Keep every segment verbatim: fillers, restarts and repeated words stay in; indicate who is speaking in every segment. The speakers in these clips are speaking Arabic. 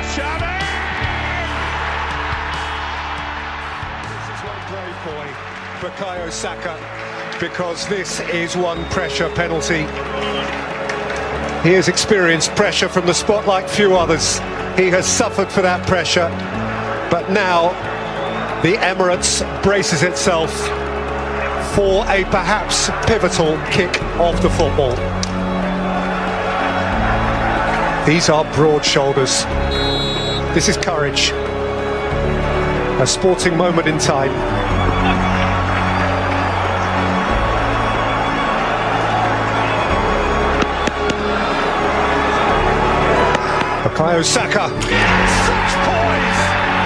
Speaker 1: Xavi! This is one brave boy, Bukayo Saka, because this is one pressure penalty. He has experienced pressure from the spotlight few others. He has suffered for that pressure, but now the Emirates braces itself for a perhaps pivotal kick of the football. These are broad shoulders. This is courage. A sporting moment in time. Bukayo Saka. Such poise!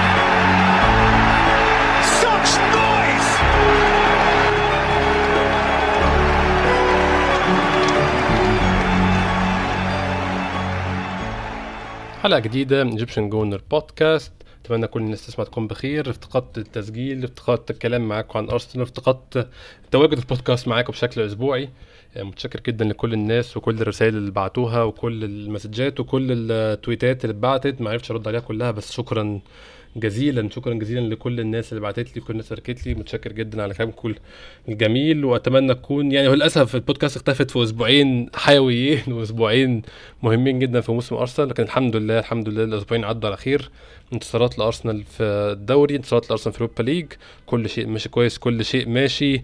Speaker 1: Such noise!
Speaker 2: حلقة جديدة من Egyptian Goner بودكاست. أتمنى كل الناس تسمع تكون بخير. افتقدت التسجيل، افتقدت الكلام معاكم عن أرسنال، افتقدت التواجد في البودكاست معاكم بشكل أسبوعي. متشكر جدا لكل الناس وكل الرسائل اللي بعتوها وكل المسجات وكل التويتات اللي بعتت. ما عرفتش ارد عليها كلها، بس شكرا جزيلا شكرا جزيلا لكل الناس اللي بعتت لي وكل الناس اللي شاركت لي. متشكر جدا على كلامكم الجميل، واتمنى تكون يعني للاسف البودكاست اختفت في اسبوعين حيويين واسبوعين مهمين جدا في موسم ارسنال، لكن الحمد لله الحمد لله الاسبوعين عدوا على خير. انتصارات لارسنال في الدوري، انتصارات لارسنال في اليوروبا ليج، كل شيء ماشي كويس، كل شيء ماشي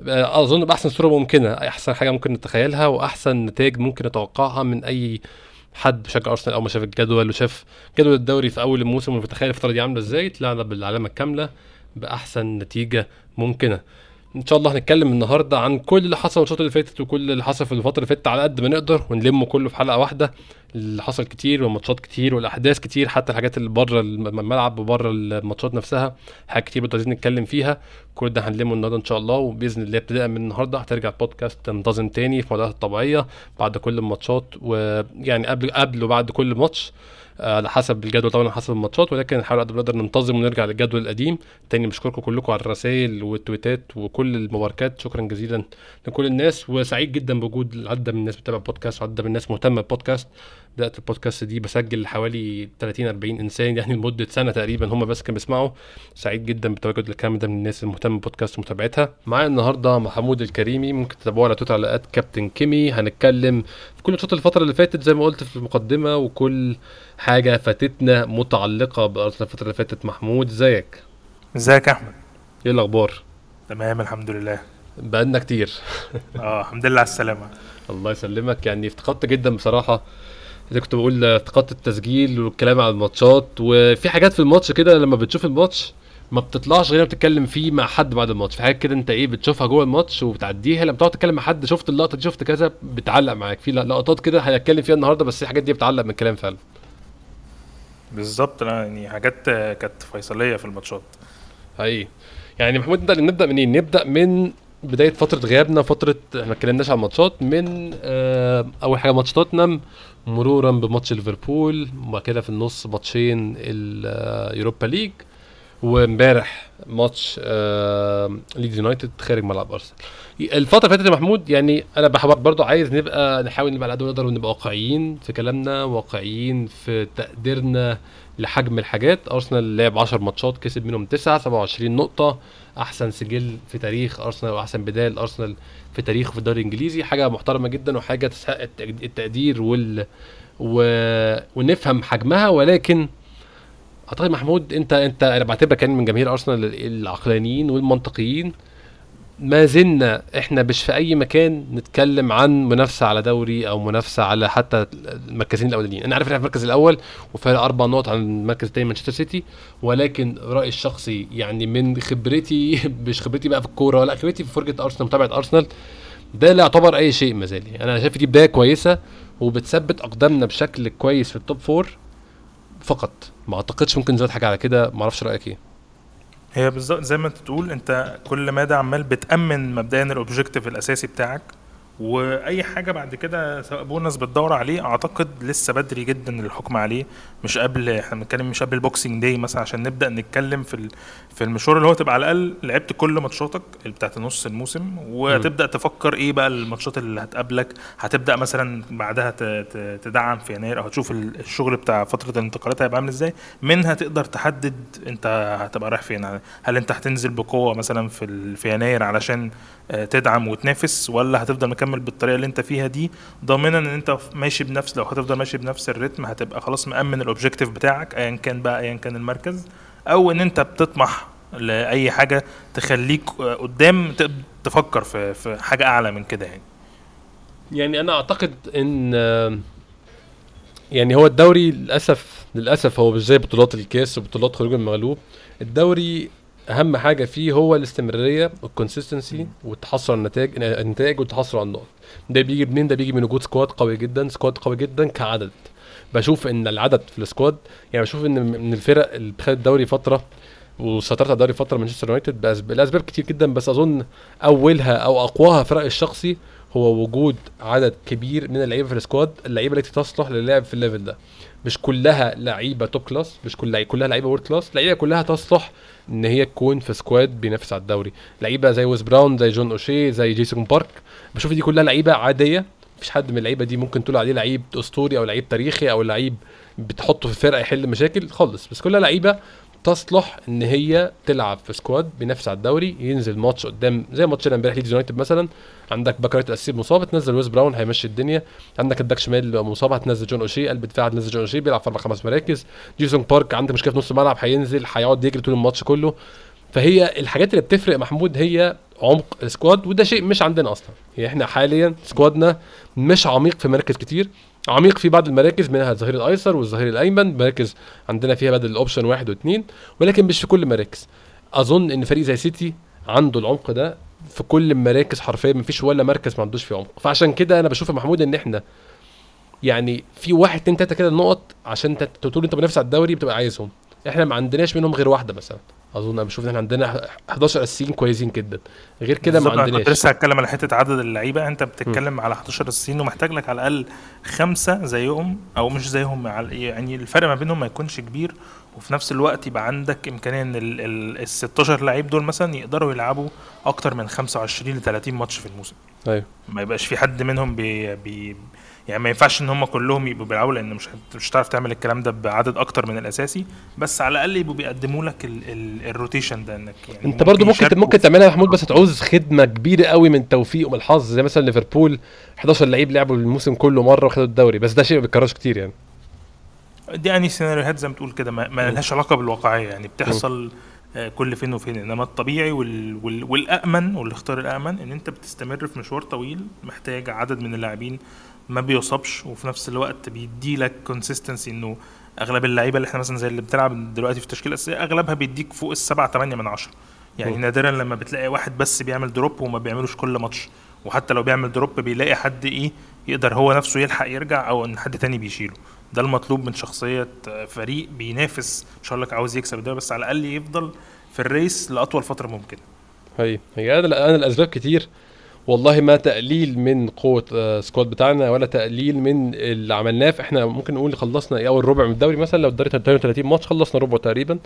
Speaker 2: اظن باحسن صوره ممكنه، احسن حاجه ممكن نتخيلها واحسن نتائج ممكن نتوقعها من اي حد بشجع ارسنال او ما شاف الجدول وشاف جدول الدوري في اول الموسم ومتخيل الفتره دي عامله ازاي. طلعنا بالعلامه الكامله باحسن نتيجه ممكنه. ان شاء الله هنتكلم النهارده عن كل اللي حصل الفتره اللي فاتت وكل اللي حصل في الفتره اللي فاتت على قد ما نقدر ونلمه كله في حلقه واحده. اللي حصل كتير والماتشات كتير والاحداث كتير، حتى الحاجات اللي بره الملعب وبره الماتشات نفسها حاجات كتير بدنا عايزين نتكلم فيها. كل ده هنلمه النهارده ان شاء الله، وباذن الله ابتداء من النهارده هترجع البودكاست تنتظم تاني في مواعيدها الطبيعيه بعد كل الماتشات، ويعني قبل قبل وبعد كل ماتش على حسب الجدول طبعا، على حسب الماتشات، ولكن نحاول قد ما نقدر ننتظم ونرجع للجدول القديم تاني. بشكركم كلكم على الرسائل والتويتات وكل المباركات، شكرا جزيلا لكل الناس، وسعيد جدا بوجود عدد من الناس بتتابع البودكاست وعدد من الناس مهتمه بالبودكاست. بدات البودكاست دي بسجل حوالي ثلاثين أربعين انسان يعني لمده سنه تقريبا هم بس كانوا بيسمعوا. سعيد جدا بتواجد الكلام ده من الناس المهتمه بالبودكاست ومتابعتها. معايا النهارده محمود الكريمي، ممكن تتابعوه على تويتر على كابتن كيمي. هنتكلم في كل شوط الفتره اللي فاتت زي ما قلت في المقدمه، وكل حاجه فاتتنا متعلقه بارسنال الفتره اللي فاتت. محمود ازيك؟
Speaker 3: ازيك يا احمد؟
Speaker 2: ايه الاخبار؟
Speaker 3: تمام الحمد لله.
Speaker 2: بقالنا كتير.
Speaker 3: اه الحمد لله على السلامه.
Speaker 2: الله يسلمك. يعني افتقدت جدا بصراحه، زي كنت بقول افتقدت التسجيل والكلام على الماتشات، وفي حاجات في الماتش كده لما بتشوف الماتش ما بتطلعش غير بتتكلم فيه مع حد بعد الماتش. في حاجات كده انت ايه بتشوفها جوه الماتش وبتعديها، لما بتقعد تتكلم مع حد شفت اللقطه دي شفت كذا بتعلق معاك. في لقطات كده هنتكلم فيها النهارده، بس الحاجات دي بتعلق من الكلام فعلا.
Speaker 3: بالظبط، يعني حاجات كانت فيصليه في الماتشات.
Speaker 2: هاي يعني محمود نبدا نبدا منين؟ نبدا من بدايه فتره غيابنا، فتره احنا ما اتكلمناش على الماتشات، من اه اول حاجه ماتش توتنهام، مرورا بماتش ليفربول، وبعد كده في النص ماتشين اليوروبا ليج، وامبارح ماتش آه ليدز يونايتد خارج ملعب ارسنال. الفتره اللي فاتت يا محمود يعني انا بحب برضو عايز نبقى نحاول نبقى على قد ما نقدر ونبقى واقعيين في كلامنا، واقعيين في تقديرنا لحجم الحاجات. ارسنال لعب عشر ماتشات كسب منهم تسعة، سبعة وعشرين نقطه، احسن سجل في تاريخ ارسنال واحسن بدايه الارسنال في تاريخه في الدوري الانجليزي. حاجه محترمه جدا وحاجه تستحق التقدير وال و... ونفهم حجمها. ولكن اعتقد محمود انت انت انا بعتبرك كان من جماهير ارسنال العقلانيين والمنطقيين، ما زلنا احنا مش في اي مكان نتكلم عن منافسه على دوري او منافسه على حتى المركزين الاولانيين. انا عارف ان احنا في المركز الاول وفارق اربع نقط عن المركز الثاني مانشستر سيتي، ولكن رايي الشخصي يعني من خبرتي مش خبرتي بقى في الكوره ولا خبرتي في فرجه ارسنال متابعه ارسنال، ده لا يعتبر اي شيء مازال. انا شايف دي بدايه كويسه وبتثبت اقدامنا بشكل كويس في التوب فور فقط. ما اعتقدش ممكن نزود حاجه على كده. ما اعرفش رايك ايه.
Speaker 3: هي بالظبط زي ما انت تقول، انت كل ماده عمال بتامن مبدئيا الاوبجكتيف الاساسي بتاعك، واي حاجه بعد كده سواء بونص بتدور عليه اعتقد لسه بدري جدا الحكم عليه. مش قبل، احنا بنتكلم مش قبل البوكسينج داي مثلا عشان نبدا نتكلم في ال- في المشوار اللي هو تبقى على الاقل لعبت كل ماتشاتك اللي بتاعت نص الموسم، وتبدا تفكر ايه بقى الماتشات اللي هتقابلك. هتبدا مثلا بعدها ت- ت- تدعم في يناير، او هتشوف ال- الشغل بتاع فتره الانتقالات هيبقى عامل ازاي، منها تقدر تحدد انت هتبقى رايح فين. هل انت هتنزل بقوه مثلا في ال- في يناير علشان آه، تدعم وتنافس، ولا هتفضل مكمل بالطريقه اللي انت فيها دي ضامنا ان انت ماشي بنفس، لو هتفضل ماشي بنفس الريتم هتبقى خلاص مأمن الاوبجيكتيف بتاعك ايا كان بقى ايا كان المركز، او ان انت بتطمح لاي حاجه تخليك آه، قدام تق- تفكر في في حاجه اعلى من كده يعني.
Speaker 2: يعني انا اعتقد ان آه، يعني هو الدوري للاسف للاسف هو مش زي بطولات الكاس وبطولات خروج المغلوب. الدوري اهم حاجه فيه هو الاستمراريه والكونسيستنسي والتحصل على النتائج النتائج والتحصل على النقط. ده بيجي منين؟ ده بيجي من وجود سكواد قوي جدا، سكواد قوي جدا كعدد. بشوف ان العدد في السكواد، يعني بشوف ان من الفرق اللي خدت الدوري فتره وسيطرت على الدوري فتره مانشستر يونايتد بأسب- لاسباب كتير جدا، بس اظن اولها او اقواها في رايي الشخصي هو وجود عدد كبير من اللعيبه في السكواد، اللعيبه التي تصلح للعب في الليفل ده. مش كلها لعيبه توب كلاس، مش كل كلها لعيبه وورد كلاس، لعيبه كلها تصلح ان هي تكون في سكواد بينافس على الدوري. لعيبه زي ويس براون، زي جون اوشي، زي جيسون بارك، بشوف دي كلها لعيبه عاديه. مفيش حد من اللعيبه دي ممكن تقول عليه لعيب اسطوري او لعيب تاريخي او لعيب بتحطه في فرقه يحل مشاكل خالص، بس كلها لعيبه تصلح ان هي تلعب في سكواد بينافس على الدوري. ينزل ماتش قدام زي ماتش امبارح ليدز يونايتد مثلا، عندك باك رايت الاساسي مصاب تنزل ويس براون هيمشي الدنيا، عندك الباك شمال مصاب هتنزل جون اوشي، قلب دفاع هتنزل جون اوشي بيلعب في اربع خمس مراكز، جيسون بارك عندك مشكله في نص الملعب هينزل هيقعد يجري طول الماتش كله. فهي الحاجات اللي بتفرق محمود هي عمق السكواد، وده شيء مش عندنا اصلا. يعني احنا حاليا سكوادنا مش عميق في مراكز كتير، عميق في بعض المراكز منها الظهير الايسر والظهير الايمن، مراكز عندنا فيها بدل الاوبشن واحد واثنين، ولكن مش في كل المراكز. اظن ان فريق زي سيتي عنده العمق ده في كل المراكز حرفيا، مفيش ولا مركز ما عندوش فيه عمق. فعشان كده انا بشوف يا محمود ان احنا يعني في واحد اتنين تلاته كده نقط عشان انت تقول انت بنفس على الدوري بتبقى عايزهم، احنا ما عندناش منهم غير واحده مثلا. اظن انا بشوف ان احنا عندنا حداشر اساسيين كويسين جدا، غير كده ما
Speaker 3: بالظبط، انا كنت
Speaker 2: عندناش.
Speaker 3: لسه هتكلم على حته عدد اللعيبه. انت
Speaker 2: م.
Speaker 3: بتتكلم على حداشر سنين ومحتاج لك على الاقل خمسه زيهم او مش زيهم، على- يعني الفرق ما بينهم ما يكونش كبير، وفي نفس الوقت يبقى عندك امكانيه ان ال ال- ال ستاشر لعيب دول مثلا يقدروا يلعبوا اكتر من خمسة وعشرين ل ثلاثين ماتش في الموسم.
Speaker 2: ايوه
Speaker 3: ما يبقاش في حد منهم بي بي يعني ما ينفعش ان هم كلهم يبقوا بيلعبوا، لان مش هت- مش هتعرف تعمل الكلام ده بعدد اكتر من الاساسي، بس على الاقل يبقوا بيقدموا لك ال ال الروتيشن ده، انك يعني
Speaker 2: انت برضو ممكن
Speaker 3: يشاركوا
Speaker 2: ممكن
Speaker 3: في-
Speaker 2: تعملها يا محمود، بس تعوز خدمه كبيره قوي من توفيق ومن الحظ، زي مثلا ليفربول حداشر لعيب لعبوا الموسم كله مره وخدوا الدوري، بس ده شيء ما بيتكررش كتير يعني.
Speaker 3: دي يعني سيناريوهات زي ما تقول كده ما, ما لهاش علاقه بالواقعيه، يعني بتحصل آه، كل فين وفين. انما الطبيعي وال وال والامن والاختيار الامن ان انت بتستمر في مشوار طويل محتاج عدد من اللاعبين ما بيصابش، وفي نفس الوقت بيدي لك كونسيستنسي انه اغلب اللعيبه اللي احنا مثلا زي اللي بتلعب دلوقتي في التشكيله الاساسيه اغلبها بيديك فوق السبعة تمانية من عشرة. يعني
Speaker 2: م.
Speaker 3: نادرا لما بتلاقي واحد بس بيعمل دروب وما بيعملوش كل ماتش، وحتى لو بيعمل دروب بيلاقي حد ايه يقدر هو نفسه يلحق يرجع او ان حد تاني بيشيله. ده المطلوب من شخصية فريق بينافس، مش هقول لك عاوز يكسب الدوري، بس على الاقل يفضل في الريس لاطول فترة ممكن.
Speaker 2: هي هي انا انا الاسباب كتير والله، ما تقليل من قوه آه، سكواد بتاعنا ولا تقليل من اللي عملناه. فاحنا ممكن نقول خلصنا ايه اول ربع من الدوري مثلا، لو الدوري ثلاثة وثلاثين ماتش خلصنا ربع تقريبا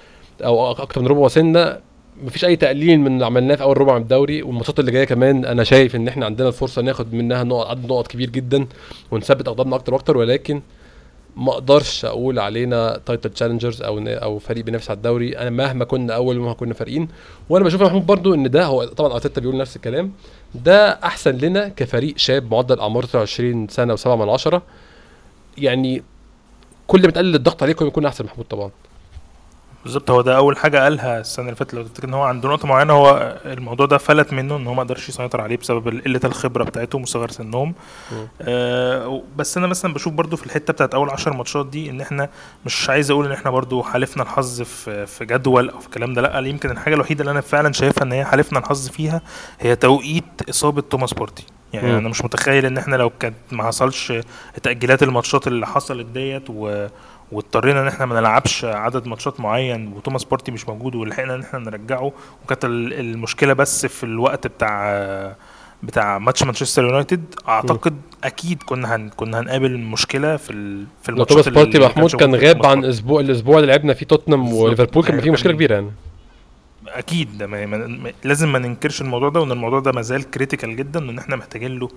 Speaker 2: او اكتر من ربع وصلنا. مفيش اي تقليل من اللي عملناه في اول ربع من الدوري، والماتشات اللي جايه كمان انا شايف ان احنا عندنا الفرصه ناخد منها نقط، عدد نقط كبير جدا ونثبت اقدامنا اكتر واكتر. ولكن ما اقدرش اقول علينا تايتل تشالنجرز او او فريق بينافس على الدوري، انا مهما كنا اول ومهما كنا فارقين. وانا بشوف يا محمود برضو ان ده هو طبعا ارتيتا بيقول نفس الكلام، ده احسن لنا كفريق شاب معدل اعمار تسعة وعشرين سنه وسبعة من عشرة. يعني كل ما تقلل الضغط عليكم يكون احسن محمود طبعا.
Speaker 3: بالظبط، هو ده اول حاجة قالها السنة اللي فاتت. لو تفتكر ان هو عنده نقطة معينة هو الموضوع ده فلت منه، ان هو ما قدرش يسيطر عليه بسبب قلة الخبرة بتاعتهم وصغر سنهم. آه بس انا مثلا بشوف برضو في الحتة بتاعت اول عشر ماتشات دي ان احنا مش عايز اقول ان احنا برضو حالفنا الحظ في في جدول او في الكلام ده، لا. يمكن الحاجة الوحيدة اللي انا فعلا شايفها ان هي حالفنا الحظ فيها هي توقيت اصابة توماس بورتي. يعني
Speaker 2: مم.
Speaker 3: انا مش متخيل ان احنا لو كانت ما حصلش تأجيلات الماتشات اللي حصلت ديت و واضطرينا ان احنا ما نلعبش عدد ماتشات معين وتوماس بارتي مش موجود ولحقنا ان احنا نرجعه، وكانت ال- المشكله بس في الوقت بتاع بتاع ماتش مانشستر يونايتد اعتقد م. اكيد كنا هن كنا هنقابل مشكله في ال... في
Speaker 2: الماتشات توماس بارتي محمود كان غاب عن اسبوع الاسبوع اللي لعبنا فيه توتنهام وليفربول كان فيه مشكله كبيره يعني
Speaker 3: اكيد ده ما ما لازم ما ننكرش الموضوع ده وان الموضوع ده مازال كريتيكال جدا وان احنا محتاجين له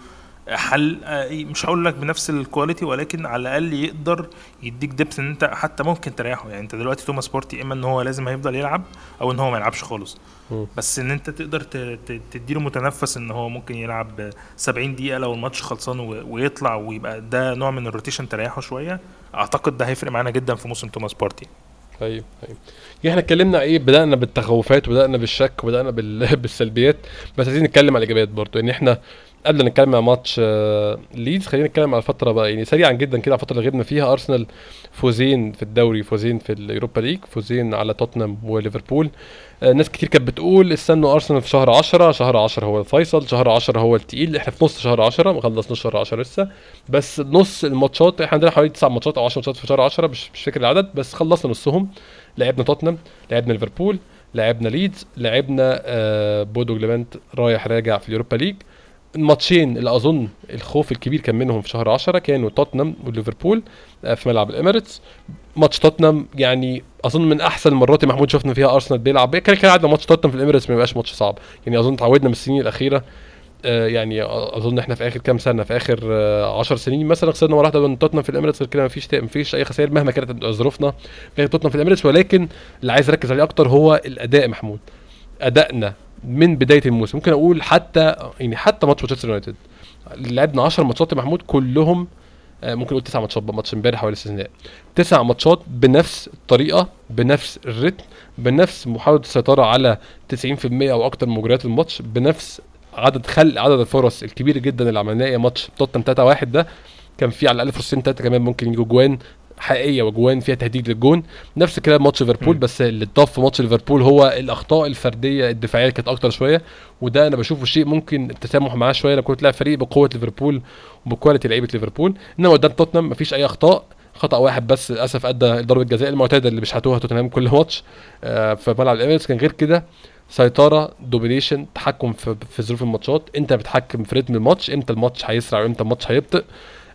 Speaker 3: حل مش هقول لك بنفس الكواليتي ولكن على الاقل يقدر يديك ديبث ان انت حتى ممكن تريحه يعني انت دلوقتي توماس بارتي اما ان هو لازم هيفضل يلعب او ان هو ما يلعبش خالص م. بس ان انت تقدر تديله متنفس ان هو ممكن يلعب سبعين دقيقه لو الماتش خلصان ويطلع ويبقى ده نوع من الروتيشن تريحه شويه اعتقد ده هيفرق معانا جدا في موسم توماس بارتي.
Speaker 2: طيب طيب احنا اتكلمنا ايه بدأنا بالتخوفات وبدأنا بالشك وبدأنا بالسلبيات بس عايزين نتكلم على الايجابيات برضو ان احنا قبل ما نتكلم على ماتش ليدز خلينا نتكلم على الفتره بقى يعني سريعا جدا كده على الفتره اللي غبنا فيها. ارسنال فوزين في الدوري فوزين في اليوروبا ليج فوزين على توتنهام وليفربول. ناس كتير كانت بتقول استنوا ارسنال في شهر عشرة شهر عشرة هو الفيصل شهر عشرة هو التقيل. احنا في نص شهر عشرة ما خلصناش شهر عشرة لسه بس نص الماتشات احنا عندنا حوالي تسع ماتشات او عشرة ماتشات في شهر عشرة مش مش فاكر العدد بس خلصنا نصهم. لعبنا توتنهام لعبنا ليفربول لعبنا ليدز لعبنا آه بودو جليمنت رايح راجع في اليوروبا ليج. الماتشين اللي اظن الخوف الكبير كان منهم في شهر عشرة كانوا توتنهام وليفربول في ملعب الاميريتس. ماتش توتنهام يعني اظن من احسن المرات اللي محمود شفنا فيها ارسنال بيلعب كان كان عندنا ماتش توتنهام في الاميريتس ما يبقاش ماتش صعب يعني اظن تعودنا من السنين الاخيره آه يعني اظن احنا في اخر كام سنه في اخر آه عشر سنين مثلا خسرنا مره واحده من توتنهام في الاميريتس غير كده ما فيش ما فيش اي خسائر مهما كانت ظروفنا في توتنهام في الاميريتس. ولكن اللي عايز اركز عليه اكتر هو الاداء محمود. ادائنا من بدايه الموسم ممكن اقول حتى يعني حتى ماتش مانشستر يونايتد لعبنا عشر ماتشات يا محمود كلهم ممكن نقول تسع ماتشات ماتش امبارح ولا استثناء تسع ماتشات بنفس الطريقه بنفس الريتم بنفس محاوله السيطره على تسعين في المية او اكتر من مجريات الماتش بنفس عدد خلق عدد الفرص الكبير جدا اللي عملناه. ماتش توتنهام ثلاثة واحد ده كان فيه على الاقل فرصتين ثلاثه كمان ممكن يجوا جوان حقيقيه وجوان فيها تهديد للجون. نفس الكلام ماتش ليفربول بس اللي اتضاف في ماتش ليفربول هو الاخطاء الفرديه الدفاعيه كانت اكتر شويه وده انا بشوفه شيء ممكن التسامح معاه شويه لو كنت لاعب فريق بقوه ليفربول وبكواليتي لعيبه ليفربول. انما قدام توتنهام مفيش اي اخطاء خطا واحد بس للاسف ادى ضربه الجزاء المعتاده اللي بيشحتوها توتنهام كل ماتش آه في ملعب الاميريتس. كان غير كده سيطره دومينيشن تحكم في, في ظروف الماتشات. انت بتحكم في رتم الماتش امتى الماتش هيسرع وامتى الماتش هيبطئ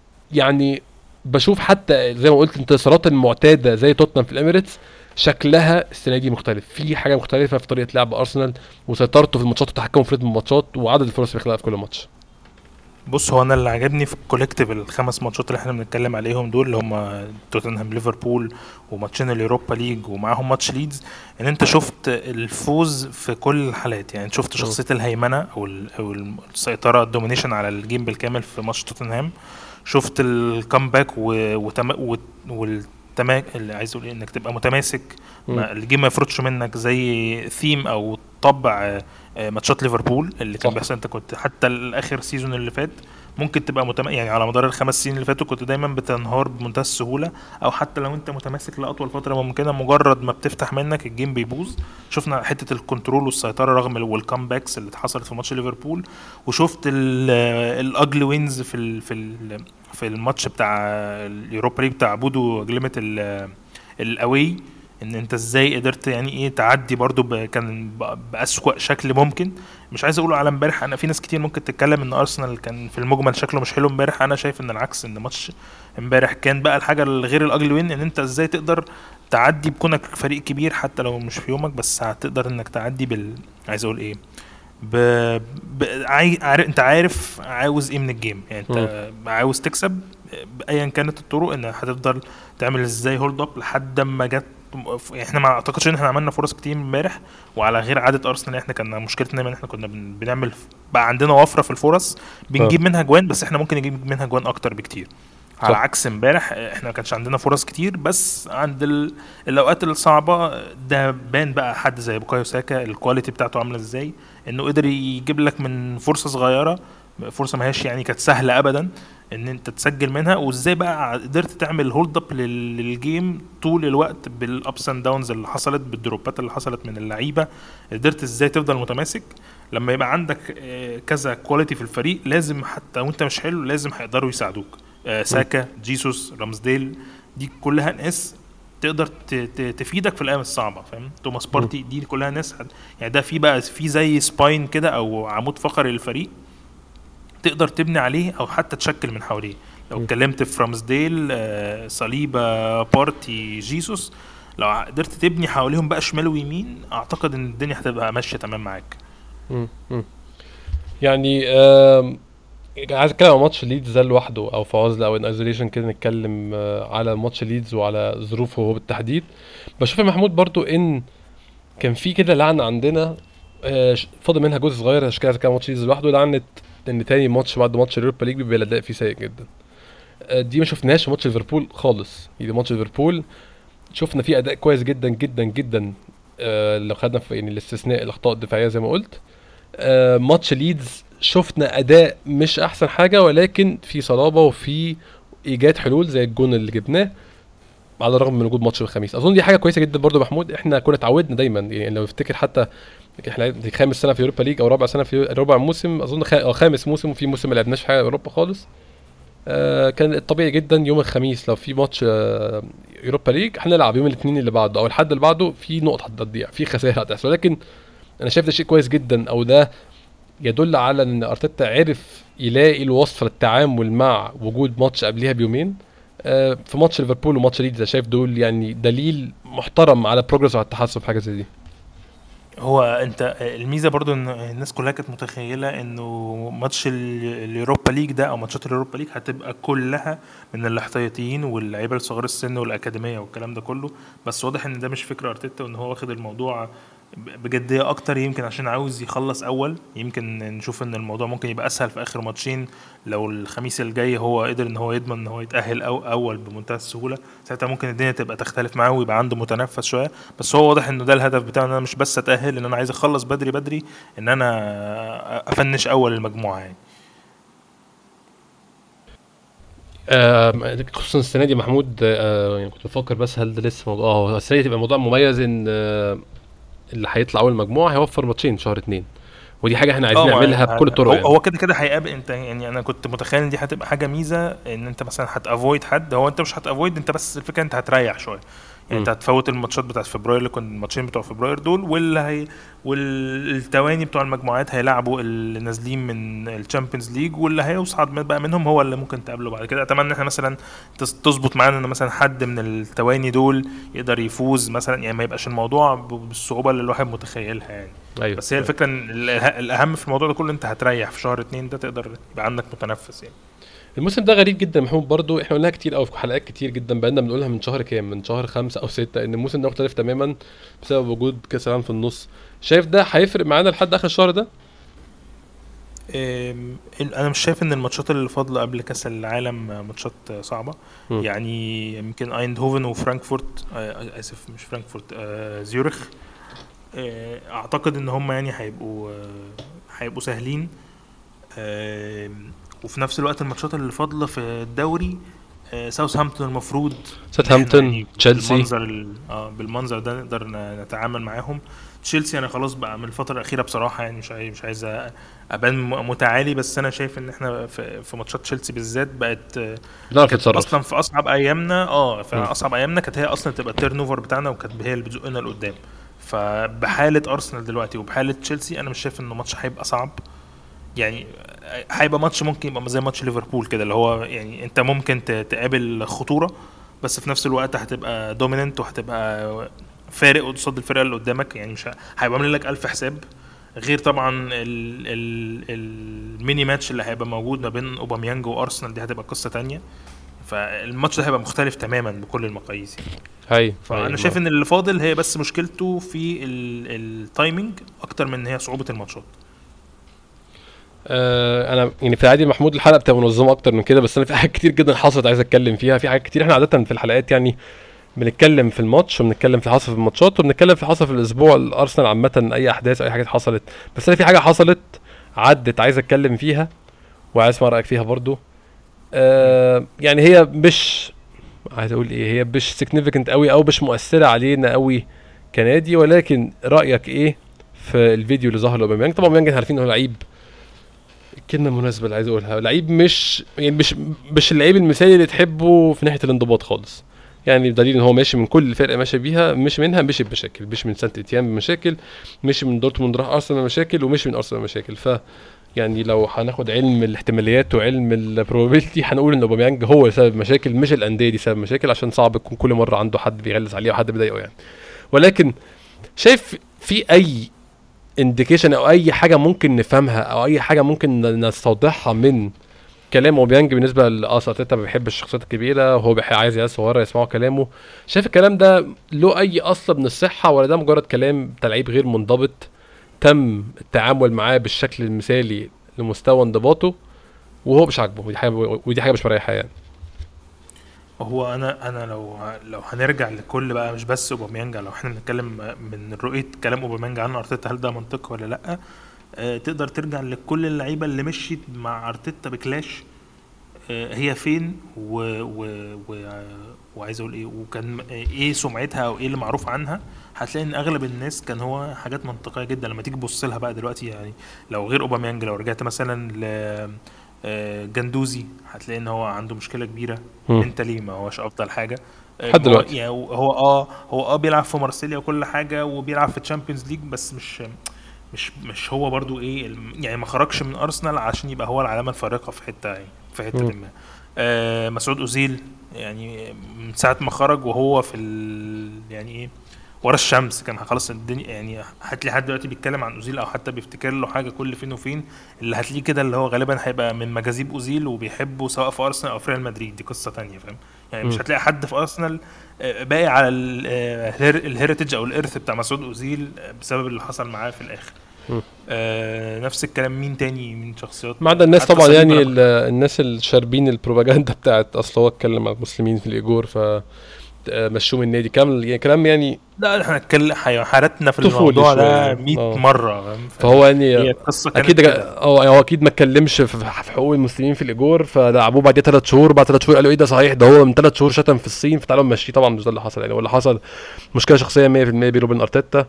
Speaker 2: يعني بشوف حتى زي ما قلت انتصارات المعتاده زي توتنهام في الاميريتس شكلها السنه دي مختلف في حاجه مختلفه في طريقه لعب ارسنال وسيطرته في الماتشات وتحكمه في رتم الماتشات وعدد الفرص اللي بيخلقها في كل ماتش.
Speaker 3: بص هو انا اللي عجبني في الكولكتيف الخمس ماتشات اللي احنا بنتكلم عليهم دول اللي هم توتنهام ليفربول وماتشين اليوروبا ليج ومعاهم ماتش ليدز ان انت شفت الفوز في كل الحالات يعني شفت شخصيه الهيمنه او او السيطره الدومينيشن على الجيم بالكامل في ماتش توتنهام. شفت الكامباك والتماك اللي عايز اقول انك تبقى متماسك الجيم ما يفرطش منك زي ثيم او طبع ماتشات ليفربول اللي كان بيحصل. انت كنت حتى الاخر سيزون اللي فات ممكن تبقى متم... يعني على مدار الخمس سنين اللي فاتوا كنت دايما بتنهار بمنتهى السهوله او حتى لو انت متماسك لاطول فتره ممكنه مجرد ما بتفتح منك الجيم بيبوظ. شفنا حته الكنترول والسيطره رغم والكامباكس اللي اتحصلت في ماتش ليفربول وشفت الاجلي وينز في ال... في ال... في الماتش بتاع اليوروبا ليج بتاع بودو جليمت الاوي ان انت ازاي قدرت يعني ايه تعدي برضو ب... كان بأسوأ شكل ممكن. مش عايز اقوله على امبارح انا في ناس كتير ممكن تتكلم ان ارسنال كان في المجمل شكله مش حلو امبارح. انا شايف ان العكس ان ماتش امبارح كان بقى الحاجه الغير الاجل وين ان انت ازاي تقدر تعدي بكونك فريق كبير حتى لو مش في يومك بس هتقدر انك تعدي بال عايز اقول ايه ب... ب... عاي... عارف انت عارف عاوز ايه من الجيم يعني انت م. عاوز تكسب بايا كانت الطرق ان هتفضل تعمل ازاي هولد اب لحد ما جت. احنا ما اعتقدش ان احنا عملنا فرص كتير امبارح وعلى غير عاده ارسنال احنا كنا مشكلتنا ان احنا كنا بنعمل بقى عندنا وفره في الفرص بنجيب منها جوان بس احنا ممكن نجيب منها جوان اكتر بكتير. على عكس امبارح احنا ما كانش عندنا فرص كتير بس عند ال... الاوقات الصعبه ده بان بقى حد زي بوكايو ساكا الكواليتي بتاعته عامله ازاي انه قدر يجيب لك من فرصه صغيره فرصه ما هيش يعني كانت سهله ابدا ان انت تسجل منها وازاي بقى قدرت تعمل هولد اب للجيم طول الوقت بالابس اند داونز اللي حصلت بالدروبات اللي حصلت من اللعيبه. قدرت ازاي تفضل متماسك لما يبقى عندك كذا كواليتي في الفريق لازم حتى وانت مش حلو لازم هيقدروا يساعدوك. ساكا جيسوس رامسديل دي كلها ناس تقدر تفيدك في الايام الصعبه فاهم. توماس بارتي دي كلها ناس يعني ده في بقى في زي سباين كده او عمود فقري للفريق تقدر تبني عليه او حتى تشكل من حواليه. لو اتكلمت في رامزديل، آه، صليبا، بارتي، جيسوس، لو قدرت تبني حواليهم بقى شمال ويمين اعتقد ان الدنيا هتبقى ماشيه تمام معاك.
Speaker 2: مم. مم. يعني آم، عايز اتكلم عن ماتش ليدز ده لوحده او في عزله او ان ايزوليشن كده، نتكلم آه، على ماتش ليدز وعلى ظروفه هو بالتحديد. بشوف يا محمود برضو ان كان في كده لعنه عندنا، آه، ش- فاضل منها جزء صغير، عشان كده كان ماتش ليدز لوحده لعنه ان تاني ماتش بعد ماتش اليوروبا ليج بيبقى الاداء فيه سيء جدا. آه، دي ما شفناش في ماتش ليفربول خالص. يعني ماتش ليفربول شفنا فيه اداء كويس جدا جدا جدا، آه، لو خدنا في يعني الاستثناء الاخطاء الدفاعيه زي ما قلت. آه، ماتش ليدز شفنا اداء مش احسن حاجه، ولكن في صلابه وفي ايجاد حلول زي الجون اللي جبناه على الرغم من وجود ماتش الخميس. اظن دي حاجه كويسه جدا برضو محمود. احنا كنا اتعودنا دايما، يعني لو نفتكر حتى احنا دي خامس سنه في اوروبا ليج او رابع سنه في رابع موسم اظن، خ... أو خامس موسم، وفي موسم ما لعبناش في حاجه اوروبا خالص. آه كان الطبيعي جدا يوم الخميس لو في ماتش آه اوروبا ليج هنلعب يوم الاثنين اللي بعده او الحد اللي بعده في نقطه هتضيع، في خسائر هتحصل. لكن انا شايف ده شيء كويس جدا، او ده يدل على ان ارتيتا عرف يلاقي الوصفه للتعامل مع وجود ماتش قبلها بيومين. آه في ماتش ليفربول وماتش ليدز شايف دول يعني دليل محترم على بروجرس وعلى التحسن في حاجه زي دي.
Speaker 3: هو انت الميزه برضو ان الناس كلها كانت متخيله انه ماتش ال- اليوروبا ليج ده او ماتشات اليوروبا ليج هتبقى كلها من الاحتياطيين واللعيبه الصغار السن والاكاديميه والكلام ده كله، بس واضح ان ده مش فكره ارتيتا وان هو واخد الموضوع بجديه اكتر، يمكن عشان عاوز يخلص اول. يمكن نشوف ان الموضوع ممكن يبقى اسهل في اخر ماتشين لو الخميس الجاي هو قدر ان هو يضمن ان هو يتاهل او اول بمنتهى السهوله، ساعتها ممكن الدنيا تبقى تختلف معاه ويبقى عنده متنفس شويه. بس هو واضح انه ده الهدف بتاعه، ان انا مش بس اتاهل، ان انا عايز اخلص بدري بدري، ان انا افنش اول المجموعه يعني.
Speaker 2: آه خصوصا السنه دي محمود، آه يعني كنت بفكر بس هل ده لسه موضوع، اه السنه دي تبقى موضوع مميز ان آه اللي هيطلع اول مجموعه هيوفر ماتشين شهر اتنين، ودي حاجه احنا عايزين
Speaker 3: اه ما
Speaker 2: نعملها بكل الطرق
Speaker 3: هو
Speaker 2: يعني.
Speaker 3: هو كده كده هيقابل انت، يعني انا كنت متخيل ان دي هتبقى حاجه ميزه، ان انت مثلا هتافويد حد. هو انت مش هتافويد، انت بس الفكره انت هتريح شويه، يعني انت
Speaker 2: مم.
Speaker 3: هتفوت الماتشات بتاعت فبراير اللي كنت الماتشين بتوع فبراير دول، واللي هي والتواني بتوع المجموعات هيلعبوا اللي نازلين من الشامبيونز ليج، واللي هيصعد من- بقى منهم هو اللي ممكن تقابله بعد كده. اتمنى ان احنا مثلا تس- تظبط معانا ان مثلا حد من التواني دول يقدر يفوز مثلا، يعني ما يبقاش الموضوع ب- بالصعوبه اللي الواحد متخيلها يعني.
Speaker 2: ايوه
Speaker 3: بس هي الفكره ان الأه- الاهم في الموضوع ده كله انت هتريح في شهر اتنين ده، تقدر يبقى عندك متنفس يعني.
Speaker 2: الموسم ده غريب جدا محمود برضو، احنا قلناها كتير قوي في حلقات كتير جدا، بقالنا بنقولها من شهر كام، من شهر خمسة او ستة، ان الموسم ده مختلف تماما بسبب وجود كاس العالم في النص. شايف ده هيفرق معانا لحد اخر الشهر ده؟
Speaker 3: أم، انا مش شايف ان الماتشات اللي فاضله قبل كاس العالم ماتشات صعبه.
Speaker 2: مم.
Speaker 3: يعني يمكن ايندهوفن وفرانكفورت، آه، اسف مش فرانكفورت، آه، زيورخ، آه، اعتقد ان هم يعني هيبقوا آه، هيبقوا سهلين. آم، وفي نفس الوقت الماتشات اللي فاضله في الدوري، آه، ساوثهامبتون المفروض إن إحنا
Speaker 2: ساوثهامبتون،
Speaker 3: يعني
Speaker 2: تشيلسي.
Speaker 3: بالمنظر ال- اه بالمنظر ده نقدر ن- نتعامل معاهم. تشيلسي انا خلاص بقى من الفتره الاخيره بصراحه، يعني مش عايز مش عايز أ- ابان م- متعالي، بس انا شايف ان احنا في, في ماتشات تشيلسي بالذات بقت آه،
Speaker 2: بنعرف
Speaker 3: كانت
Speaker 2: نتصرف.
Speaker 3: اصلا في اصعب ايامنا، اه في
Speaker 2: مم.
Speaker 3: اصعب ايامنا كانت هي اصلا تبقى التيرن اوفر بتاعنا، وكانت هي اللي بتزقنا لقدام. فبحاله ارسنال دلوقتي وبحاله تشيلسي انا مش شايف انه ماتش هيبقى صعب يعني. هيبقى ماتش ممكن يبقى زي ماتش ليفربول كده، اللي هو يعني انت ممكن ت- تقابل خطوره، بس في نفس الوقت هتبقى دوميننت وهتبقى فارق قصاد الفرقه اللي قدامك، يعني مش ه- هيبقى عامل لك الف حساب. غير طبعا ال ال الميني ماتش اللي هيبقى موجود ما بين اوباميانج وارسنال، دي هتبقى قصه تانية. فالماتش ده هيبقى مختلف تماما بكل المقاييس يعني.
Speaker 2: هاي
Speaker 3: فانا شايف ان اللي فاضل هي بس مشكلته في التايمنج اكتر من ان هي صعوبه الماتشات.
Speaker 2: آه انا يعني في العادي محمود الحلقه بتبقى منظمه اكتر من كده، بس انا في حاجات كتير جدا حصلت عايز اتكلم فيها. في حاجات كتير احنا عاده في الحلقات يعني بنتكلم في الماتش وبنتكلم في اللي حصل في الماتشات وبنتكلم في اللي حصل في الاسبوع الارسنال عامه، اي احداث اي حاجات حصلت. بس انا في حاجه حصلت عدت عايز اتكلم فيها وعايز اسمع رايك فيها برضو. آه يعني هي مش عايز اقول ايه، هي مش significant قوي او مش مؤثره علينا قوي كنادي، ولكن رايك ايه في الفيديو اللي ظهر لاوباميانج؟ طبعا اوباميانج عارفين انه لعيب، الكلمه المناسبه اللي عايز اقولها لعيب مش يعني مش مش اللعيب المثالي اللي تحبه في ناحيه الانضباط خالص. يعني بدليل ان هو ماشي من كل الفرقه ماشي بيها، مش منها مشي بمشاكل، مش من سانت اتيان بمشاكل، مش من دورتموند راح ارسنال بمشاكل، ومش من ارسنال بمشاكل. ف يعني لو هناخد علم الاحتماليات وعلم البروبابيلتي هنقول ان اوباميانج هو سبب مشاكل، مش الانديه دي سبب مشاكل، عشان صعب يكون كل مره عنده حد بيغلس عليه او حد بيضايقه يعني. ولكن شايف في اي انديكيشن او اي حاجه ممكن نفهمها او اي حاجه ممكن نستوضحها من كلام اوباميانج بالنسبه لارتيتا؟ ما بيحبش الشخصيات الكبيره وهو بيحب عايز عيال صغيره يسمعوا كلامه. شايف الكلام ده له اي اصل من الصحه، ولا ده مجرد كلام تلعيب غير منضبط تم التعامل معاه بالشكل المثالي لمستوى انضباطه وهو مش عاجبه؟ ودي حاجه ودي حاجه مش مريحه يعني.
Speaker 3: هو انا انا لو لو هنرجع لكل بقى مش بس اوباميانج، لو احنا بنتكلم من رؤيه كلام اوباميانج عن ارتيتا هل ده منطقي ولا لا، أه تقدر ترجع لكل اللعيبه اللي مشيت مع ارتيتا بكلاش أه هي فين و و و وعايز اقول ايه وكان ايه سمعتها او ايه اللي معروف عنها. هتلاقي ان اغلب الناس كان هو حاجات منطقيه جدا لما تيجي تبص لها بقى دلوقتي. يعني لو غير اوباميانج، لو رجعت مثلا ل جندوزي هتلاقي ان هو عنده مشكله كبيره منتالي، ما هوش افضل حاجه
Speaker 2: لحد دلوقتي.
Speaker 3: يعني هو اه هو اه بيلعب في مارسيليا وكل حاجه وبيلعب في تشامبيونز ليج، بس مش مش مش هو برضو ايه يعني ما خرجش من ارسنال عشان يبقى هو العلامه الفارقه في حته يعني في حته ما. آه مسعود اوزيل يعني من ساعه ما خرج وهو في يعني ايه ورا الشمس كان خلاص الدنيا. يعني هتلاقي حد دلوقتي بيتكلم عن اوزيل او حتى بيفتكر له حاجه كل فين وفين، اللي هتلاقيه كده اللي هو غالبا هيبقى من مجاذيب اوزيل وبيحبه سواء في ارسنال او في ريال مدريد، دي قصه تانية فاهم يعني. مش هتلاقي حد في ارسنال باقي على الهيريتج او الارث بتاع مسعود اوزيل بسبب اللي حصل معاه في الاخر. آه نفس الكلام مين تاني من شخصيات
Speaker 2: ما عدا الناس طبعا يعني الناس الشاربين البروباغندا بتاعت اصل هو اتكلم مع المسلمين في الايجور ف مشوه من النادي كامل يعني كلام يعني.
Speaker 3: لا احنا اتكلم حياتنا في الموضوع ده مية مره،
Speaker 2: فهو يعني اكيد اه هو اكيد ما اتكلمش في حقوق المسلمين في الايجور، فلعبوه بعد ثلاث شهور بعد ثلاث شهور قالوا ايه ده صحيح ده هو من ثلاث شهور شتم في الصين فتعالوا نمشيه. طبعا مش ده اللي حصل يعني، ولا حصل مشكله شخصيه مية في المية بينه وبين ارتيتا.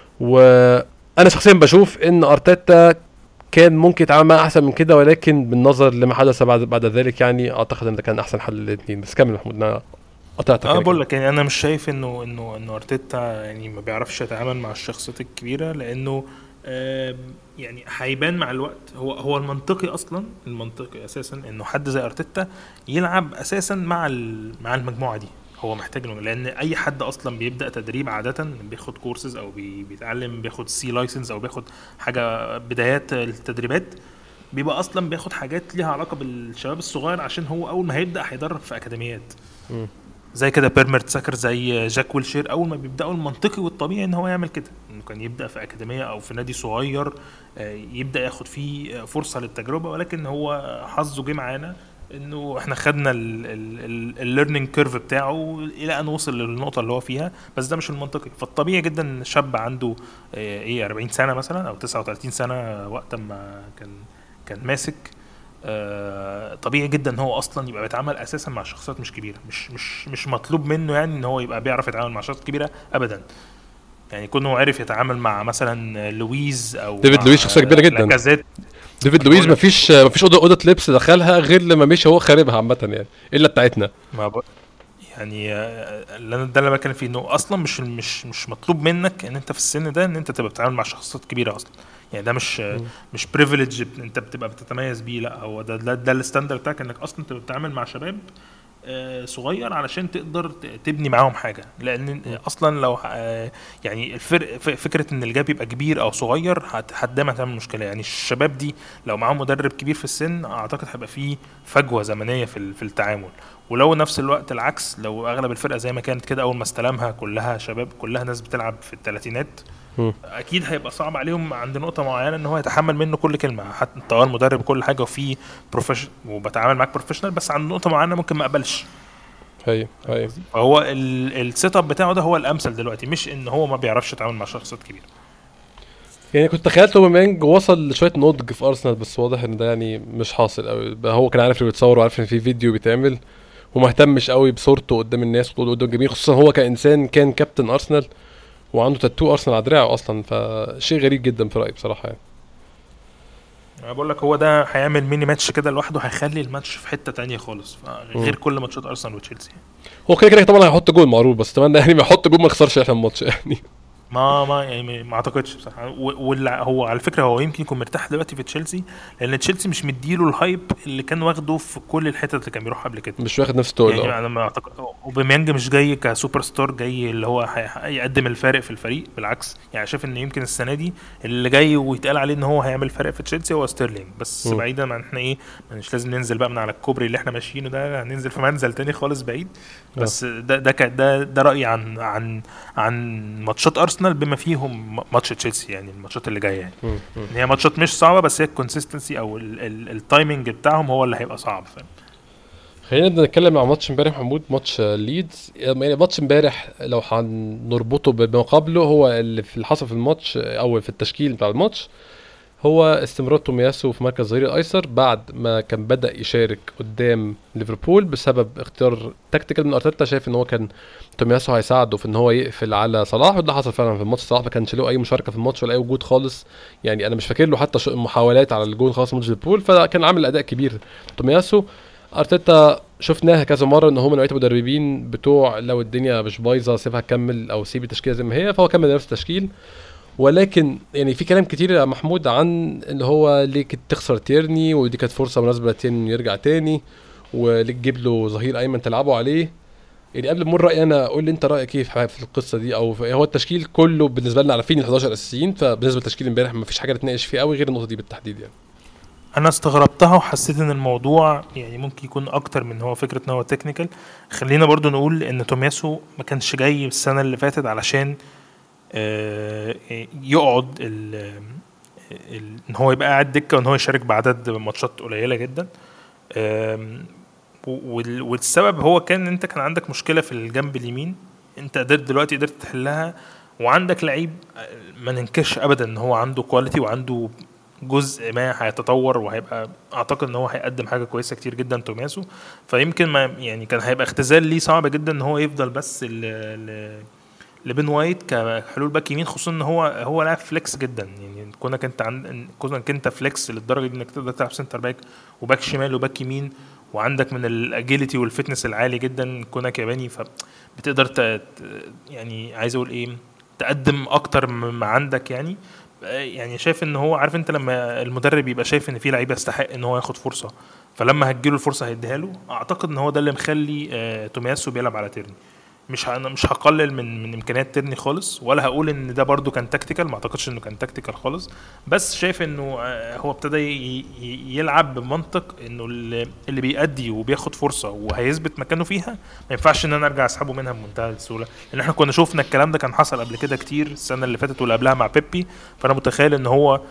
Speaker 2: وانا شخصيا بشوف ان ارتيتا كان ممكن يتعامل معاه احسن من كده، ولكن بالنظر لما حدث بعد بعد ذلك يعني اعتقد ان ده كان احسن حل للاثنين. بس كمل محمود. انا قطعتك.
Speaker 3: اه بقول لك يعني انا مش شايف انه انه انه ارتيتا يعني ما بيعرفش يتعامل مع الشخصيات الكبيره، لانه آه يعني هيبان مع الوقت. هو هو المنطقي اصلا المنطقي اساسا انه حد زي ارتيتا يلعب اساسا مع مع المجموعه دي. هو محتاج له، لان اي حد اصلا بيبدا تدريب عاده بياخد كورسز او بي بيتعلم بياخد سي لايسنس او بياخد حاجه بدايات التدريبات، بيبقى اصلا بياخد حاجات ليها علاقه بالشباب الصغير عشان هو اول ما هيبدا هيدرب في اكاديميات م. زي كده بيرمرت ساكر زي جاك ويلشير. اول ما بيبداوا المنطقي والطبيعي ان هو يعمل كده، انه كان يبدا في اكاديميه او في نادي صغير يبدا ياخد فيه فرصه للتجربه. ولكن هو حظه جه معانا انه احنا خدنا الليرنينج كيرف بتاعه الى ان وصل للنقطه اللي هو فيها، بس ده مش المنطقي. فالطبيعي جدا شاب عنده ايه أربعين سنه مثلا او تسعة وثلاثين سنه وقت ما كان كان ماسك، آه طبيعي جدا ان هو اصلا يبقى بيتعامل اساسا مع شخصيات مش كبيره. مش مش مش مطلوب منه يعني ان هو يبقى بيعرف يتعامل مع شخصيات كبيره ابدا. يعني كونه هو عارف يتعامل مع مثلا لويز او
Speaker 2: ديفيد لويز شخصيه كبيره جدا. ديفيد لويز مفيش مفيش اوضه اوضه لبس دخلها غير لما مشي هو خاربها عامه يعني، الا بتاعتنا.
Speaker 3: ما ب... يعني اللي انا ده اللي بتكلم فيه انه اصلا مش مش مش مطلوب منك ان انت في السن ده ان انت تبقى بتتعامل مع شخصيات كبيره اصلا. يعني ده مش م. مش بريفيليج انت بتبقى بتتميز بيه، لا هو ده ده, ده الستاندرد بتاعك انك اصلا تبقى بتتعامل مع شباب آه صغير علشان تقدر تبني معاهم حاجه. لان اصلا لو آه يعني الفرق فكره ان الجاب يبقى كبير او صغير هتدايما هتعمل مشكله. يعني الشباب دي لو معاهم مدرب كبير في السن اعتقد هيبقى فيه فجوه زمنيه في في التعامل. ولو نفس الوقت العكس، لو اغلب الفرقه زي ما كانت كده اول ما استلمها كلها شباب كلها ناس بتلعب في الثلاثينات، اكيد هيبقى صعب عليهم عند نقطه معينه ان هو يتحمل منه كل كلمه. حتى طوال مدرب كل حاجه وفي بروفيشنال وبتعامل معاك بروفيشنال، بس عند نقطه معينه ممكن ما اقبلش.
Speaker 2: هي هي
Speaker 3: فهو السيت اب بتاعه ده هو الامثل دلوقتي، مش ان هو ما بيعرفش يتعامل مع شخصيات كبيره.
Speaker 2: يعني كنت تخيلت اوباميانج وصل لشويه نضج في ارسنال، بس واضح ان ده يعني مش حاصل قوي. هو كان عارف اللي بيتصور وعارف ان في فيديو بيتعمل وما اهتمش قوي بصورته قدام الناس قدام الجميع، خصوصا هو كانسان كان كابتن ارسنال وعنده تاتو ارسنال على دراعه اصلا. فشيء غريب جدا في رايي بصراحه يعني.
Speaker 3: انا بقول لك هو ده هيعمل ميني ماتش كده لوحده، هيخلي الماتش في حته تانية خالص غير كل ماتشات ارسنال وتشيلسي.
Speaker 2: هو كده كده طبعا هيحط جول معروف، بس اتمنى يعني ما يحط جول ما يخسرش احنا الماتش يعني.
Speaker 3: ما ما يعني ما اعتقدش بصراحه. هو على فكره هو يمكن يكون مرتاح دلوقتي في تشيلسي لان تشيلسي مش مديله الهايب اللي كان واخده في كل الحتت اللي كان بيروح قبل كده،
Speaker 2: مش واخد نفس تول.
Speaker 3: يعني انا ما اعتقد اوباميانج مش جاي كسوبر ستار جاي اللي هو هيقدم الفارق في الفريق، بالعكس يعني شايف ان يمكن السنه دي اللي جاي ويتقال عليه ان هو هيعمل فرق في تشيلسي هو ستيرلينج بس. م. بعيدا عن احنا ايه مش لازم ننزل بقى من على الكوبري اللي احنا ماشيينه ده، هننزل في منزل تاني خالص بعيد. بس ده ده ده, ده رايي عن عن عن ماتشات ارسنال بما فيهم ماتش تشيلسي، يعني الماتشات اللي جايه يعني م. م. هي ماتشات مش صعبه بس هي الكونسيستنسي او التايمنج بتاعهم هو اللي هيبقى صعب. فاهم؟
Speaker 2: خلينا نتكلم عن ماتش امبارح محمود، ماتش ليدز. يعني ماتش امبارح لو هنربطه بما قبله هو اللي في حصل في الماتش او في التشكيل بتاع الماتش هو استمرار تومياسو في مركز ظهير الايسر بعد ما كان بدا يشارك قدام ليفربول بسبب اختيار تكتيكال من ارتيتا. شايف ان هو كان تومياسو هيساعده في ان هو يقفل على صلاح، وده حصل فعلا في الماتش. صلاح ما كانش له اي مشاركه في الماتش ولا اي وجود خالص، يعني انا مش فاكر له حتى محاولات على الجول خالص ماتش ليفربول، فكان عامل اداء كبير تومياسو. ارتيتا شفناها كذا مره ان هو من نوعيه المدربين بتوع لو الدنيا مش بايظه سيبها تكمل او سيب التشكيله زي ما هي، فهو كمل نفس التشكيل. ولكن يعني في كلام كتير يا محمود عن ان هو ليه تخسر تيرني ودي كانت فرصه مناسبه تيرني يرجع تاني وليه تجيب له ظهير ايمن تلعبوا عليه. يعني قبل ما رايي انا قول لي انت رايك كيف في القصه دي، او هو التشكيل كله بالنسبه لنا عارفين ال احد عشر اساسيين، فبالنسبه للتشكيل امبارح ما فيش حاجه نتناقش فيها قوي غير النقطه دي بالتحديد. يعني
Speaker 3: انا استغربتها وحسيت ان الموضوع يعني ممكن يكون اكتر من هو فكره ان هو تكنيكال. خلينا برضو نقول ان تومياسو ما كانش جاي السنه اللي فاتت علشان يقعد ان هو يبقى قاعد دكه وان هو يشارك بعدد ماتشات قليله جدا. والسبب هو كان انت كان عندك مشكله في الجنب اليمين انت قدرت دلوقتي قدرت تحلها، وعندك لعيب ما ننكرش ابدا ان هو عنده كواليتي وعنده جزء ما هيتطور وهيبقى اعتقد ان هو هيقدم حاجه كويسه كتير جدا تومياسو. فيمكن ما يعني كان هيبقى اختزال ليه صعب جدا ان هو يفضل بس لبن وايت كحلول باك يمين، خصوصا ان هو هو لاعب فليكس جدا. يعني كونك انت عند كونك انت فليكس للدرجه دي انك تقدر تلعب سنتر باك وباك شمال وباك يمين وعندك من الاجيليتي والفتنس العالي جدا كونك ياباني، فبتقدر ت... يعني عايز اقول ايه تقدم اكتر ما عندك. يعني يعني شايف ان هو عارف انت لما المدرب يبقى شايف ان في لعيبه يستحق ان هو ياخد فرصه فلما هتجيله الفرصه هيديها له. اعتقد ان هو ده اللي مخلي تومياسو بيلعب على تيرني. مش انا مش هقلل من من امكانيات تيرني خالص ولا هقول ان ده برضو كان تكتيكال، ما اعتقدش انه كان تكتيكال خالص، بس شايف انه هو ابتدى يلعب بمنطق انه اللي بيأدي وبياخد فرصه وهيثبت مكانه فيها ما ينفعش ان انا ارجع اسحبه منها بمنتهى السهوله. لان احنا كنا شوفنا الكلام ده كان حصل قبل كده كتير السنه اللي فاتت واللي قبلها مع بيبي، فانا متخيل ان هو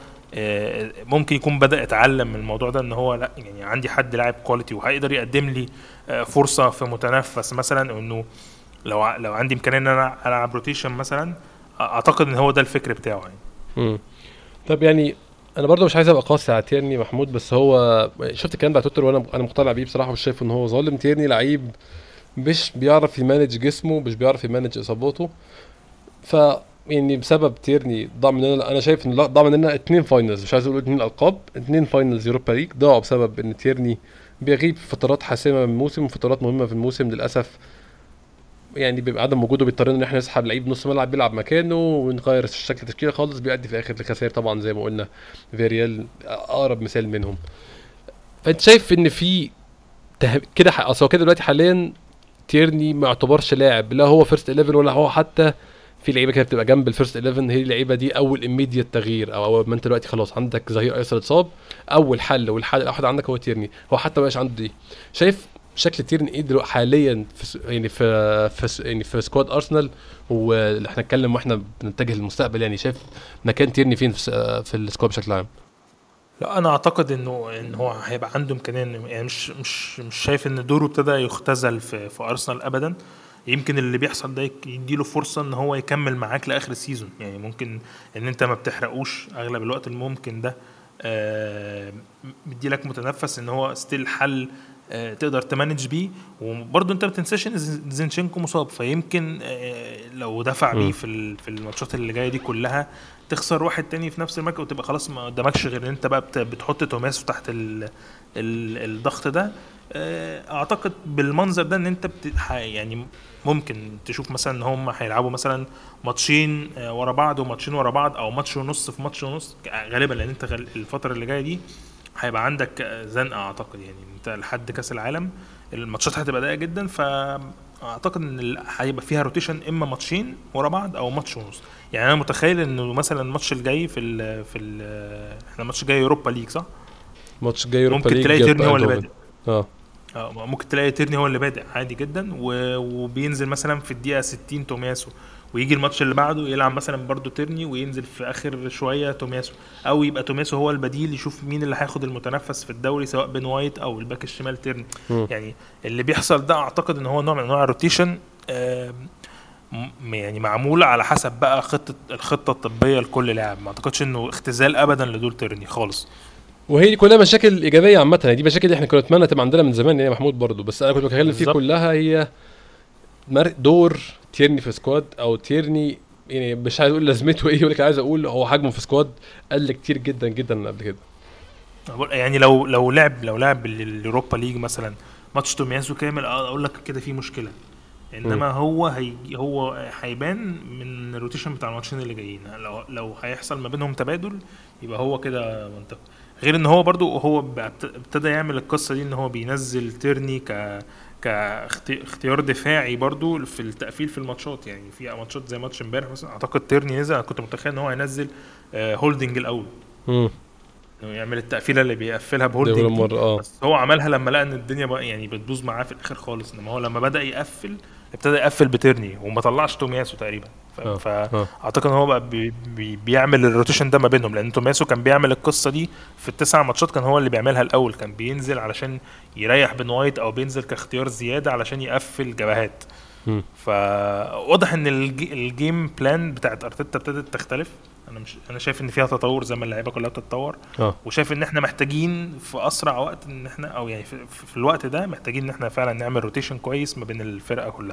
Speaker 3: ممكن يكون بدأ يتعلم من الموضوع ده ان هو لا يعني عندي حد لاعب كواليتي وهيقدر يقدم لي فرصه في متنفس مثلا، انه لو لو عندي امكانيه ان انا العب روتيشن مثلا. اعتقد ان هو ده الفكر بتاعه يعني.
Speaker 2: امم طب يعني انا برضو مش عايز ابقى قاسي على تيرني محمود، بس هو شفت الكلام ده تويتر وانا انا مقتنع بيه بصراحه، مش شايف ان هو ظالم. تيرني لعيب مش بيعرف يمانج جسمه، مش بيعرف يمانج اصاباته، ف يعني بسبب تيرني ضاع مننا. انا شايف ان ضاع مننا اتنين فاينلز، مش عايز اقول اتنين القاب، اتنين فاينلز يوروبا ليج ضاعوا بسبب ان تيرني بيغيب في فترات حاسمه من الموسم وفترات مهمه في الموسم للاسف. يعني بيبقى عدم وجوده بيضطرنا ان احنا نسحب لعيب نص ملعب بيلعب مكانه ونغير شكل التشكيله خالص، بيؤدي في الاخر لخسائر طبعا زي ما قلنا. فيريال اقرب مثال منهم. فانت شايف ان في ته... كده اصل كده دلوقتي حاليا تيرني ما يعتبرش لاعب، لا هو فيرست احداشر ولا هو حتى في لعيبه كده بتبقى جنب الفيرست احداشر، هي اللعيبه دي اول اميديت تغيير، او اول ما انت دلوقتي خلاص عندك ظهير ايسر اتصاب اول حل والحل الاحد عندك هو تيرني، هو حتى ما بقاش عنده دي. شايف شكل تيرني ايه دلوقتي حاليا في يعني في, في يعني في سكواد ارسنال، واللي احنا نتكلم واحنا بنتجه للمستقبل، يعني شايف مكان تيرني فين في, في السكواد بشكل عام؟
Speaker 3: لا انا اعتقد انه ان هو هيبقى عنده امكانيه، يعني مش مش مش شايف ان دوره ابتدى يختزل في في ارسنال ابدا. يمكن اللي بيحصل ده يديله فرصه ان هو يكمل معاك لاخر السيزون، يعني ممكن ان انت ما بتحرقوش اغلب الوقت الممكن ده، آه مدي لك متنفس ان هو ستيل حل آه تقدر تمانج بيه. وبرضه انت بتنساش ان زينشينكو مصاب، فيمكن آه لو دفع بيه في في الماتشات اللي جايه دي كلها تخسر واحد تاني في نفس المركز وتبقى خلاص ما قدامكش غير ان انت بقى بتحط توماسو تحت ال ال الضغط ده. اعتقد بالمنظر ده ان انت بت... يعني ممكن تشوف مثلا ان هم هيلعبوا مثلا ماتشين ورا بعض وماتشين ورا بعض او ماتش ونص في ماتش ونص غالبا، لان انت الفتره اللي جايه دي هيبقى عندك زنقه. اعتقد يعني انت لحد كاس العالم الماتشات هتبقى ضيقه جدا، فاعتقد ان هيبقى فيها روتيشن اما ماتشين ورا بعض او ماتش ونص. يعني انا متخيل انه مثلا الماتش الجاي في ال في ال احنا الماتش الجاي اوروبا ليج صح؟
Speaker 2: ماتش جاي اوروبا
Speaker 3: ليج ممكن تلاقي تيرني هو اللي بادئ.
Speaker 2: اه
Speaker 3: اه ممكن تلاقي تيرني هو اللي بادئ عادي جدا، وبينزل مثلا في الدقيقه ستين توماسو، ويجي الماتش اللي بعده يلعب مثلا برضو تيرني وينزل في اخر شويه توماسو، او يبقى توماسو هو البديل يشوف مين اللي هياخد المتنفس في الدوري سواء بين وايت او الباك الشمال تيرني. م. يعني اللي بيحصل ده اعتقد ان هو نوع من انواع الروتيشن، آه يعني معموله على حسب بقى خطه الخطه الطبيه لكل لاعب. ما اعتقدش انه اختزال ابدا لدول تيرني خالص.
Speaker 2: وهي دي كلها مشاكل ايجابيه عامه، دي مشاكل احنا كنا نتمنى تبقى عندنا من زمان يا محمود برضو، بس انا كنت بتكلم فيه كلها هي دور تيرني في سكواد او تيرني. يعني مش عايز اقول لازمته ايه، ولكن عايز اقول هو حجمه في سكواد قل كتير جدا جدا قبل كده.
Speaker 3: يعني لو لو لعب لو لعب الاوروبا ليج مثلا ماتش تومياسو كامل اقول لك كده في مشكله، انما م. هو هي هو هيبان من الروتيشن بتاع الماتشين اللي جايين. لو لو هيحصل ما بينهم تبادل يبقى هو كده منطقي. غير ان هو برضو هو ابتدى يعمل القصه دي ان هو بينزل تيرني ك كاختيار دفاعي برضو في التقفيل في الماتشات. يعني في ماتشات زي ماتش امبارح مثلا اعتقد تيرني نزل، انا كنت متخيل ان هو هينزل هولدنج الاول امم يعمل التقفيله اللي بيقفلها بهولدنج، بس هو عملها لما لقى ان الدنيا بقى يعني بتبوظ معاه في الاخر خالص. انما هو لما بدا يقفل ابتدى يقفل بتيرني وما طلعش تومياسو تقريبا. فاعتقد ان هو بقى بي بي بيعمل الروتيشن ده ما بينهم، لان تومياسو كان بيعمل القصه دي في التسع ماتشات، كان هو اللي بيعملها الاول، كان بينزل علشان يريح بن وايت او بينزل كاختيار زياده علشان يقفل جبهات. فواضح ان الجيم بلان بتاعت ارتيتا ابتدت تختلف. انا مش انا شايف ان فيها تطور زي ما اللعيبه كلها بتتطور، أوه. وشايف ان احنا محتاجين في اسرع وقت ان احنا او يعني في, في الوقت ده محتاجين ان احنا فعلا نعمل روتيشن كويس ما بين الفرقه كلها.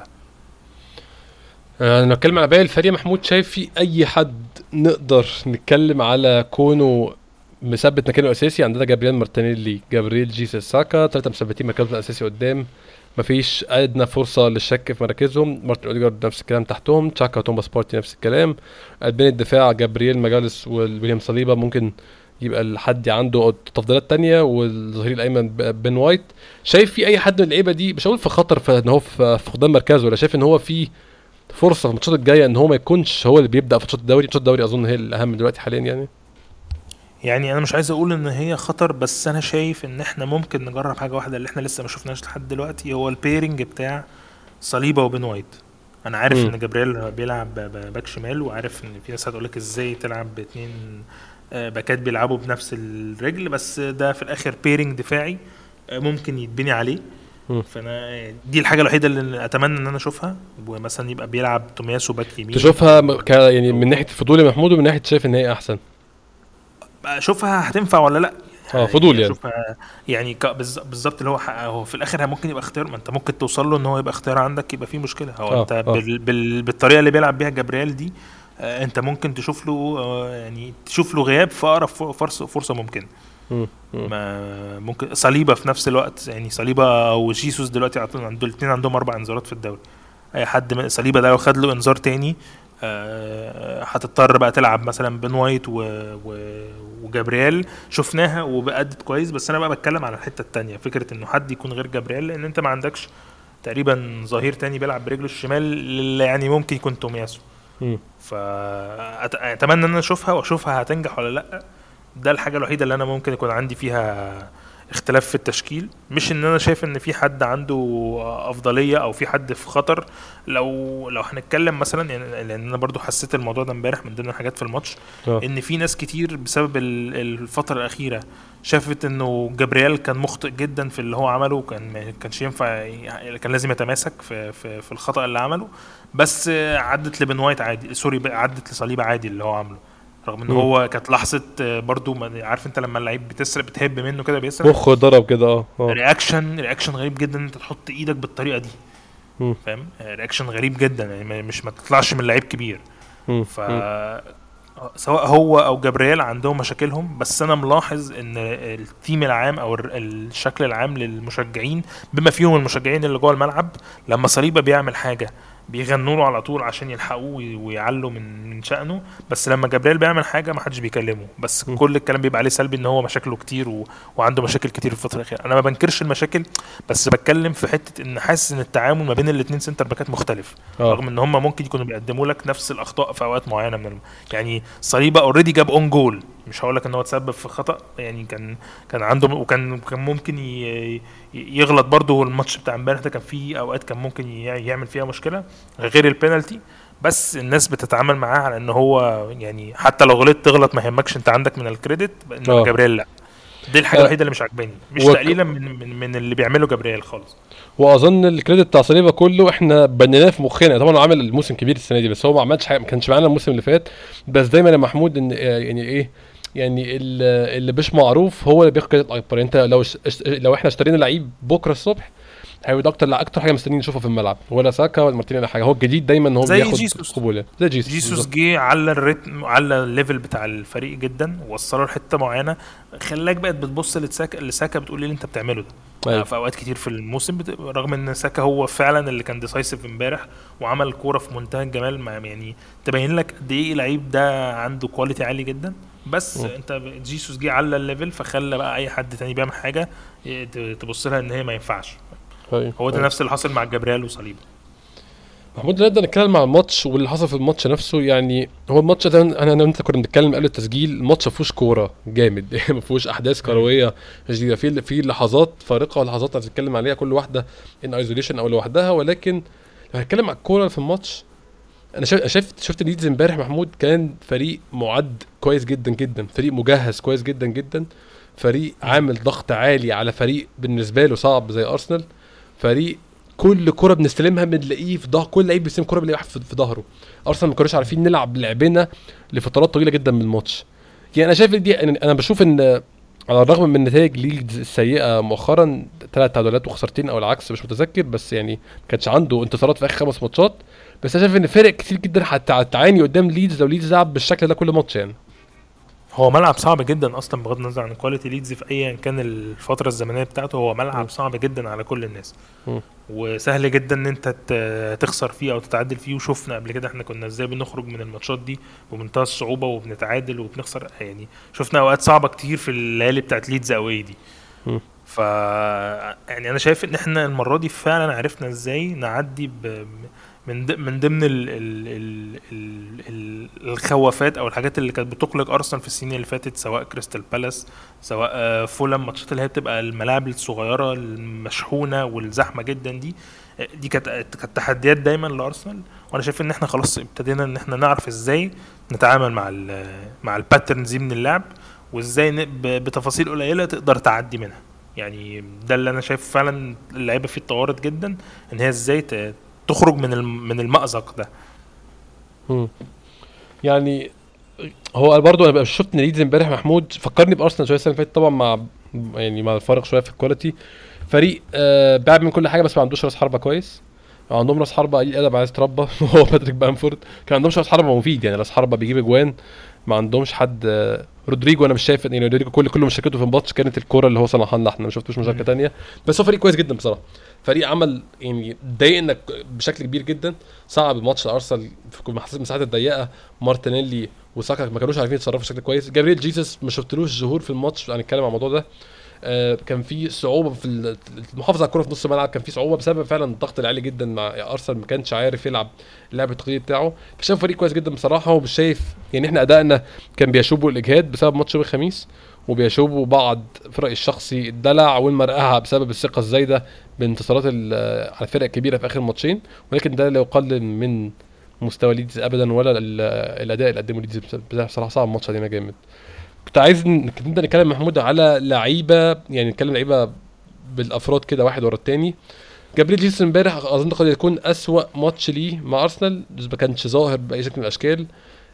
Speaker 2: انا بتكلم على باقي الفريق محمود، شايف في اي حد نقدر نتكلم على كونه مثبت مكانه الاساسي؟ عندنا جابرييل مارتينيلي، جابرييل جيسوس، ساكا، ثلاثه مثبتين مكانهم الاساسي قدام، مفيش ادنى فرصه للشك في مراكزهم. مارتن اوديجارد نفس الكلام تحتهم، تشاكا وتوماس بارتي نفس الكلام. قلبين الدفاع جابرييل ماجاليس وويليام صليبا، ممكن يبقى الحد عنده تفضيلات تانية، والظهير الايمن بن وايت. شايف في اي حد من اللعيبه دي مش هقول في خطر في ان هو في فقدان مركزه، ولا شايف ان هو في فرصه في الماتشات الجايه ان هو ما يكونش هو اللي بيبدا في ماتشات الدوري؟ ماتشات الدوري اظن هي الاهم دلوقتي حاليا. يعني
Speaker 3: يعني انا مش عايز اقول ان هي خطر، بس انا شايف ان احنا ممكن نجرب حاجه واحده اللي احنا لسه ما شفناش لحد دلوقتي، هو البيرنج بتاع صليبا وبن وايت. انا عارف م. ان جابرييل بيلعب باك شمال، وعارف ان في ناس هتقول لك ازاي تلعب باثنين باكات بيلعبوا بنفس الرجل، بس ده في الاخر بيرنج دفاعي ممكن يتبني عليه. م. فانا دي الحاجه الوحيده اللي اتمنى ان انا اشوفها، ومثلا يبقى بيلعب تومياسو باك يمين.
Speaker 2: تشوفها ك... يعني من ناحيه فضولي محمود، ومن ناحيه شايف ان هي احسن؟
Speaker 3: اشوفها هتنفع ولا لا.
Speaker 2: اه فضول يعني
Speaker 3: يعني بالظبط اللي هو هو في الاخر ممكن يبقى اختيار، ما انت ممكن توصل له ان هو يبقى اختيار عندك يبقى فيه مشكله. هو آه انت آه. بال بال بالطريقه اللي بيلعب بيها جابرييل دي آه انت ممكن تشوف له آه يعني تشوف له غياب في اقرب فرصه فرصه ممكن. م. م. ما ممكن صليبا في نفس الوقت، يعني صليبا وجيسوس دلوقتي عندهم الاثنين عندهم اربع انذارات في الدوري. اي حد من صليبا ده لو خد له انذار تاني هتضطر أه بقى تلعب مثلا بن وايت و... و... وجابرييل. شفناها وبأدت كويس، بس انا بقى بتكلم على الحته التانية، فكره انه حد يكون غير جابرييل، لان انت ما عندكش تقريبا ظهير تاني بيلعب برجله الشمال، يعني ممكن يكون تومياسو. فاتمنى ان انا اشوفها واشوفها هتنجح ولا لا. ده الحاجه الوحيده اللي انا ممكن يكون عندي فيها اختلاف في التشكيل، مش ان انا شايف ان في حد عنده افضليه او في حد في خطر. لو لو هنتكلم مثلا يعني، لان انا برضو حسيت الموضوع ده امبارح من ضمن الحاجات في الماتش أوه. ان في ناس كتير بسبب الفتره الاخيره شافت انه جابرييل كان مخطئ جدا في اللي هو عمله، كان ما كانش ينفع، كان لازم يتماسك في في, في الخطا اللي عمله، بس عدت لبن وايت عادي، سوري عدت لصليبا عادي اللي هو عمله. رغم ان هو كانت لحظه برضو عارف انت لما اللعيب بتسرق بتهب منه كده بيسرق
Speaker 2: مخه ضرب كده اه
Speaker 3: رياكشن رياكشن غريب جدا انت تحط ايدك بالطريقه دي فاهم رياكشن غريب جدا يعني مش ما تطلعش من لعيب كبير ف سواء هو او جبريل عندهم مشاكلهم بس انا ملاحظ ان التيم العام او الشكل العام للمشجعين بما فيهم المشجعين اللي جوه الملعب لما صليبه بيعمل حاجه بيغنوا له على طول عشان يلحقوه ويعلوا من من شأنه بس لما جبريل بيعمل حاجه ما حدش بيكلمه بس م. كل الكلام بيبقى عليه سلبي ان هو مشاكله كتير و... وعنده مشاكل كتير في الفتره الاخيره انا ما بنكرش المشاكل بس بتكلم في حته ان حاسس ان التعامل ما بين الاثنين سنتر باكات مختلف أوه. رغم ان هم ممكن يكونوا بيقدموا لك نفس الاخطاء في اوقات معينه من الم... يعني صليبه اوريدي جاب اون جول مش هقول لك ان هو تسبب في خطا يعني كان كان عنده وكان كان ممكن ي... يغلط برضه الماتش بتاع امبارح ده كان فيه اوقات كان ممكن يعمل فيها مشكله غير البينالتي بس الناس بتتعامل معاه على ان هو يعني حتى لو غلطت تغلط ما يهمكش انت عندك من الكريدت انما جبريل لا دي الحاجه الوحيده اللي مش عاجباني مش وك... تقليلا من, من من اللي بيعمله جبريل خالص
Speaker 2: واظن الكريدت بتاع صليبه كله احنا بنيناه في مخنا طبعا عامل الموسم كبير السنه دي بس هو ما عملش حاجه ما كانش معانا الموسم اللي فات بس دايما يا محمود ان يعني ايه يعني اللي مش معروف هو اللي بياخد كريدت اكبر انت لو لو احنا اشترينا لعيب بكره الصبح هيبقى اكتر لا اكتر حاجه مستنيين نشوفها في الملعب ولا ساكا ولا مارتينيز ولا حاجه هو الجديد دايما ان هو بياخد قبوله
Speaker 3: زي جيسوس جيسوس جه على الريتم على الليفل بتاع الفريق جدا ووصله لحته معينه خلاك بقت بتبص لساكا لساكا بتقول لي اللي انت بتعمله ده أيوة. في اوقات كتير في الموسم بت... رغم ان ساكا هو فعلا اللي كان ديسايسيف امبارح وعمل كوره في منتهى الجمال ما يعني تبين لك قد ايه اللعيب ده عنده كواليتي عالي جدا بس م. انت جيسوس جه على الليفل فخلى بقى اي حد تاني بيعمل حاجه تبص لها ان هي ما ينفعش هي. هو ده هي. نفس اللي حصل مع جبريل وصليبه
Speaker 2: محمود. نقدر نتكلم مع الماتش واللي حصل في الماتش نفسه يعني هو الماتش ده انا انا انت كنا بنتكلم قبل التسجيل الماتش ما فيهوش كوره جامد ما فيهوش احداث كرويه جديده في في لحظات فارقه ولحظات هنتكلم عليها كل واحده ان ايزوليشن او لوحدها ولكن لو هنتكلم على الكوره في الماتش انا شفت شفت ليدز امبارح محمود كان فريق معد كويس جدا جدا فريق مجهز كويس جدا جدا فريق عامل ضغط عالي على فريق بالنسبه له صعب زي ارسنال فريق كل كره بنستلمها بنلاقيه في ظهر كل لعيب بيستلم كره بنلاقيه في ظهره ارسنال ما كانوش عارفين نلعب لعبنا لفترات طويله جدا من الماتش يعني انا شايف دي انا بشوف ان على الرغم من نتائج ليدز السيئه مؤخرا ثلاث تعادلات وخسارتين او العكس مش متذكر بس يعني ما كانش عنده انتصارات في اخر خمس ماتشات بس انا شايف ان فرق كتير جدا هتعاني قدام ليدز لو ليدز لعب بالشكل ده كل ماتش يعني
Speaker 3: هو ملعب صعب جدا اصلا بغض النظر عن كواليتي ليدز في ايا كان الفتره الزمنيه بتاعته هو ملعب م. صعب جدا على كل الناس م. وسهل جدا ان انت تخسر فيه او تتعادل فيه وشوفنا قبل كده احنا كنا ازاي بنخرج من الماتشات دي بمنتهى الصعوبه وبنتعادل وبنخسر يعني شفنا اوقات صعبه كتير في الليالي بتاعت ليدز اوي دي م. ف يعني انا شايف ان احنا المره دي فعلا عرفنا ازاي نعدي ب من من ضمن ال ال ال ال الخوافات او الحاجات اللي كانت بتقلق ارسنال في السنين اللي فاتت سواء كريستال بالاس سواء فولام ماتشات اللي هي بتبقى الملاعب الصغيره المشحونه والزحمه جدا دي دي كانت كانت تحديات دايما لارسنال وانا شايف ان احنا خلاص ابتدينا ان احنا نعرف ازاي نتعامل مع ال مع الباترنز من اللعب وازاي بتفاصيل قليله تقدر تعدي منها يعني ده اللي انا شايف فعلا اللعيبه فيه اتطورت جدا ان هي ازاي تخرج من من المأزق ده
Speaker 2: امم يعني هو برضو انا شفت ان ليدز امبارح محمود فكرني بارسنال شويه السنه اللي فاتت طبعا مع يعني مع الفرق شويه في الكواليتي فريق آه بيلعب من كل حاجه بس ما عندوش راس حربه كويس عندهم راس حربه قليل ادب عايز تربى هو باتريك بامفورد كان عندهم راس حربه مفيد يعني راس حربه بيجيب اجوان ما عندهمش حد آه رودريجو انا مش شايف ان رودريجو كل كل مشاكله في الماتش كانت الكوره اللي هو صنعها لنا احنا ما شفتوش مشاركه ثانيه بس هو فريق كويس جدا بصراحه فريق عمل يعني ضايقنا بشكل كبير جدا صعب الماتش لارسنال في مساحات الضيقه مارتينيلي وساكا ما كانوش عارفين يتصرفوا بشكل كويس جابريل جيسوس ما شفتلوش ظهور في الماتش هنتكلم عن الموضوع ده آه كان في صعوبه في المحافظه على الكره في نص الملعب كان في صعوبه بسبب فعلا الضغط العالي جدا مع ارسنال ما كانش عارف يلعب اللعب التقليدي بتاعه شايف فريق كويس جدا بصراحه ومش شايف يعني احنا ادائنا كان بيشوبوا الاجهاد بسبب ماتش يوم الخميس وبيشوبوا بعض في رايي الشخصي الدلع والمرقعه بسبب الثقه الزايده بانتصارات على فرق كبيره في اخر ماتشين ولكن ده لا يقلل من مستوى ليدز ابدا ولا الاداء اللي قدمه ليدز بصراحه صعب الماتش علينا جامد كنت عايز نبدا نتكلم محمود على لعيبه يعني نتكلم لعيبه بالافراد كده واحد ورا الثاني جابريل جيسوس امبارح اظن قد يكون اسوا ماتش ليه مع ارسنال ما كانش ظاهر باي شكل من الاشكال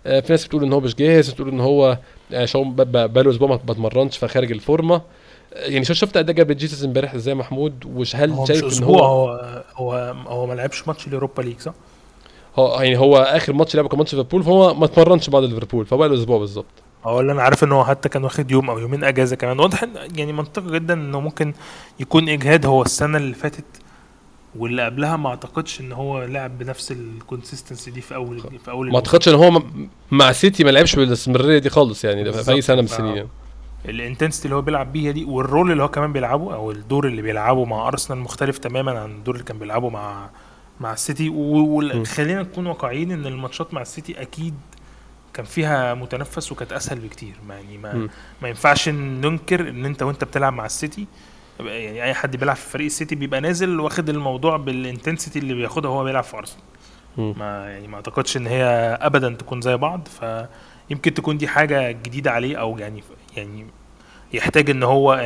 Speaker 2: آه في ناس بتقول ان هو مش جاهز، بتقول ان هو عشان بقاله اسبوع ما بتمرنش فخارج الفورمه. يعني شو شفت اداء جابريل جيسوس امبارح ازاي محمود؟ وهل شايف ان هو
Speaker 3: هو هو هو ما لعبش ماتش اليوروبا ليج صح؟
Speaker 2: هو يعني هو اخر ماتش لعبه كان ماتش ليفربول، فهو ما اتمرنش بعد ليفربول فبقى له اسبوع بالظبط.
Speaker 3: هو اللي انا عارف ان هو حتى كان واخد يوم او يومين اجازه كمان، واضح يعني منطقي جدا انه ممكن يكون اجهاد. هو السنه اللي فاتت واللي قبلها ما اعتقدش ان هو لعب بنفس الكونسيستنسي دي في اول في اول
Speaker 2: ما اعتقدش ان هو مع سيتي ما لعبش بالاستمراريه دي خالص يعني في اي سنه من السنين يعني.
Speaker 3: الانتنسيتي اللي هو بيلعب بيها دي والرول اللي هو كمان بيلعبه او الدور اللي بيلعبه مع ارسنال مختلف تماما عن الدور اللي كان بيلعبه مع مع السيتي. وخلينا نكون واقعيين ان الماتشات مع السيتي اكيد كان فيها متنفس وكانت اسهل بكتير. يعني ما م. ما ينفعش ننكر ان انت وانت بتلعب مع السيتي، يعني اي حد بيلعب في فريق السيتي بيبقى نازل واخد الموضوع بالانتنسيتي اللي بياخدها وهو بيلعب في ارسنال. ما يعني ما اعتقدش ان هي ابدا تكون زي بعض، فيمكن تكون دي حاجه جديده عليه او يعني يعني يحتاج ان هو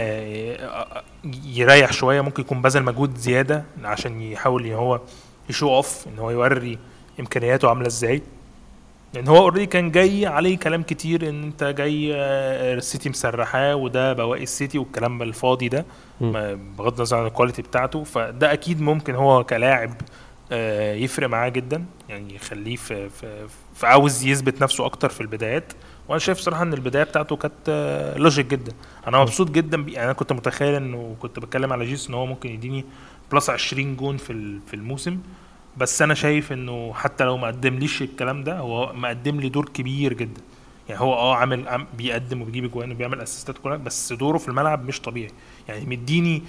Speaker 3: يريح شويه، ممكن يكون بذل مجهود زياده عشان يحاول ان هو يشو اوف ان هو يوري امكانياته عامله ازاي. لان هو اوريدي كان جاي عليه كلام كتير ان انت جاي السيتي مسرحاه وده بواقي السيتي والكلام الفاضي ده بغض النظر عن الكواليتي بتاعته. فده اكيد ممكن هو كلاعب يفرق معاه جدا، يعني يخليه في, في, في عاوز يثبت نفسه اكتر في البدايات. وانا شايف صراحه ان البدايه بتاعته كانت لوجيك جدا. انا مبسوط جدا بي. انا كنت متخيل انه كنت بتكلم على جيس ان هو ممكن يديني بلس عشرين جون في في الموسم، بس انا شايف انه حتى لو ما قدمليش الكلام ده هو مقدم لي دور كبير جدا. يعني هو اه عامل عم بيقدم وبيجيب اجوان وبيعمل اسيستات كلها، بس دوره في الملعب مش طبيعي. يعني مديني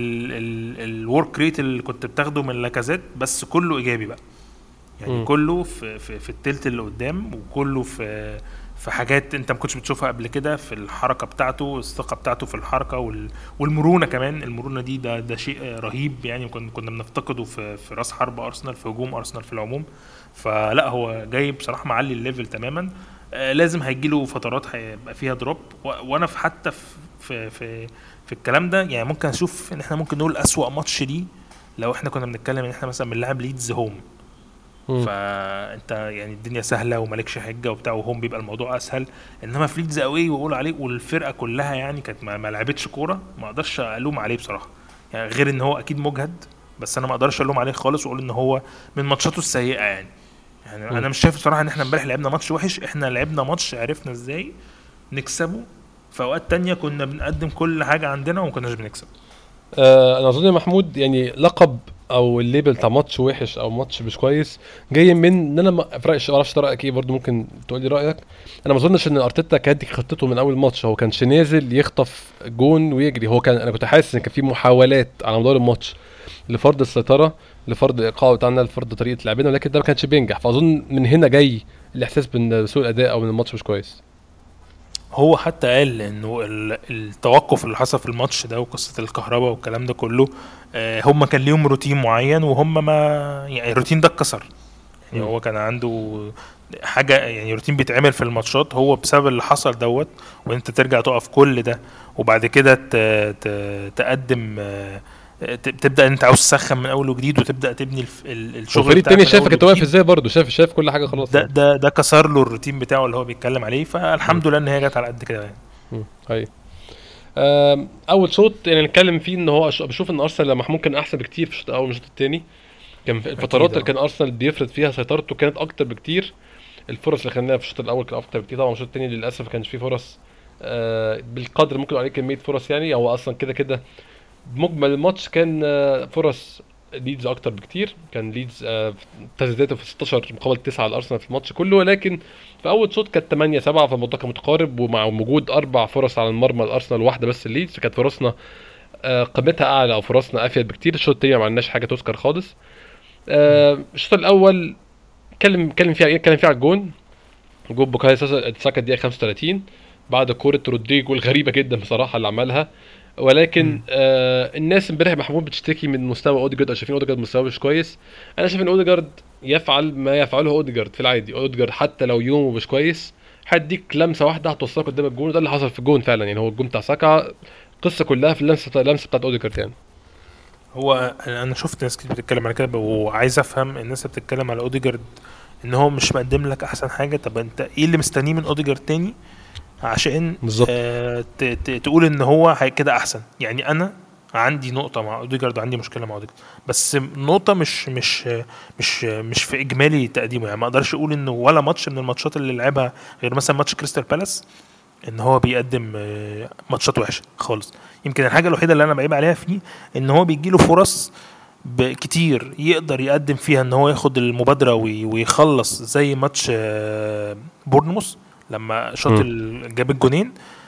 Speaker 3: الورك ريت اللي كنت بتاخده من لاكازيت بس كله ايجابي بقى. يعني م. كله في في, في التلت اللي قدام، وكله في في حاجات انت ما كنتش بتشوفها قبل كده في الحركه بتاعته، الثقه بتاعته في الحركه والمرونه كمان. المرونه دي ده ده شيء رهيب يعني كنا كنا بنفتقده في في راس حرب ارسنال، في هجوم ارسنال في العموم. فلا هو جاي بصراحه معلي الليفل تماما. آه لازم هيجي له فترات هيبقى فيها دروب، وانا في حتى في في في الكلام ده يعني ممكن اشوف ان احنا ممكن نقول اسوأ ماتش دي لو احنا كنا بنتكلم ان احنا مثلا بنلعب ليدز هوم. فانت يعني الدنيا سهله ومالكش حجه وبتاع، وهم بيبقى الموضوع اسهل. انما في ليدز قوي واقول عليه والفرقه كلها يعني كانت ما لعبتش كوره، ما اقدرش الوم عليه بصراحه. يعني غير ان هو اكيد مجهد، بس انا ما اقدرش الوم عليه خالص واقول ان هو من ماتشاته السيئه. يعني يعني م. انا مش شايف بصراحه ان احنا امبارح لعبنا ماتش وحش، احنا لعبنا ماتش عرفنا ازاي نكسبه. في اوقات تانية كنا بنقدم كل حاجه عندنا وما كناش بنكسب.
Speaker 2: آه انا اظن محمود يعني لقب او الليبل بتاع ماتش وحش او ماتش مش كويس جاي من ان انا ما افرقش اعرفش رايك ايه برضو، ممكن تقول لي رايك. انا ما اظنش ان ارتيتا كانت خطته من اول ماتش، هو كانش نازل يخطف جون ويجري. هو كان انا كنت حاسس ان كان في محاولات على مدار الماتش لفرض السيطره، لفرض الايقاع بتاعنا، لفرض طريقه لعبنا، ولكن ده ما كانش بينجح. فاظن من هنا جاي الاحساس بان سوء الاداء او ان الماتش مش كويس.
Speaker 3: هو حتى قال انه التوقف اللي حصل في الماتش ده وقصه الكهرباء والكلام ده كله هم كان ليهم روتين معين وهم ما يعني الروتين ده اتكسر. يعني هو كان عنده حاجه يعني روتين بيتعمل في الماتشات، هو بسبب اللي حصل دوت وانت ترجع تقف كل ده وبعد كده تقدم تبدا انت عاوز تسخن من اول وجديد وتبدا تبني الشغل
Speaker 2: بتاعك. التاني شايفك انت واقف ازاي برضه، شايف شايف كل حاجه خلاص.
Speaker 3: ده ده ده كسر له الروتين بتاعه اللي هو بيتكلم عليه. فالحمد لله ان هي جت على قد كده يعني.
Speaker 2: ايوه اول شوط يعني نتكلم فيه ان هو بشوف ان ارسنال لما ممكن احسن بكتير في الشوط الاول من الشوط الثاني. كان في الفترات اللي كان ارسنال بيفرض فيها سيطرته كانت اكتر بكتير. الفرص اللي خدناها في الشوط الاول كانت اكتر بكتير. طبعا الشوط الثاني للاسف ما كانش فيه فرص آه بالقدر ممكن عليه كميه فرص. يعني هو اصلا كده كده مجمل الماتش كان آه فرص ليدز اكتر بكتير. كان ليدز آه تسديداته في ستاشر مقابل تسعة على ارسنال في الماتش كله، ولكن في اول شوط كانت ثمانية سبعة، فالموضوع كان متقارب. ومع وجود اربع فرص على المرمى الارسنال واحده بس الليدز، كانت فرصنا آه قيمتها اعلى او فرصنا افيد بكتير. الشوط الثاني ما عندناش حاجه تذكر خالص. آه الشوط الاول اتكلم اتكلم فيها اتكلم فيها على الجون جول بوكايو ساكا الدقيقه خمسة وثلاثين بعد كوره رودريجو الغريبه جدا بصراحه اللي عملها. ولكن آه الناس امبارح محمود بتشتكي من مستوى اوديجارد، شايفين اوديجارد مستواه مش كويس. انا شايف ان اوديجارد يفعل ما يفعله اوديجارد في العادي. اوديجارد حتى لو يومه مش كويس هديك لمسه واحده هتوصلك قدام الجون، وده اللي حصل في الجون فعلا. يعني هو الجون بتاع ساكا القصه كلها في اللمسه اللمسه بتاعت اوديجارد. يعني
Speaker 3: هو انا شفت ناس كتير بتتكلم على كده وعايز افهم الناس بتتكلم على اوديجارد ان هو مش مقدم لك احسن حاجه. طب انت ايه اللي مستنيه من اوديجارد تاني عشان آه تقول ان هو كده احسن؟ يعني انا عندي نقطه مع اوديجارد وعندي مشكله مع اوديجارد، بس نقطه مش مش مش مش في اجمالي تقديمه. يعني ما اقدرش اقول انه ولا ماتش من الماتشات اللي لعبها غير مثلا ماتش كريستال بالاس ان هو بيقدم ماتشات وحشه خالص. يمكن الحاجه الوحيده اللي انا بعيب عليها فيه ان هو بيجيله فرص كتير يقدر يقدم فيها ان هو ياخد المبادره ويخلص، زي ماتش بورنموث لما شاط جاب الجونين.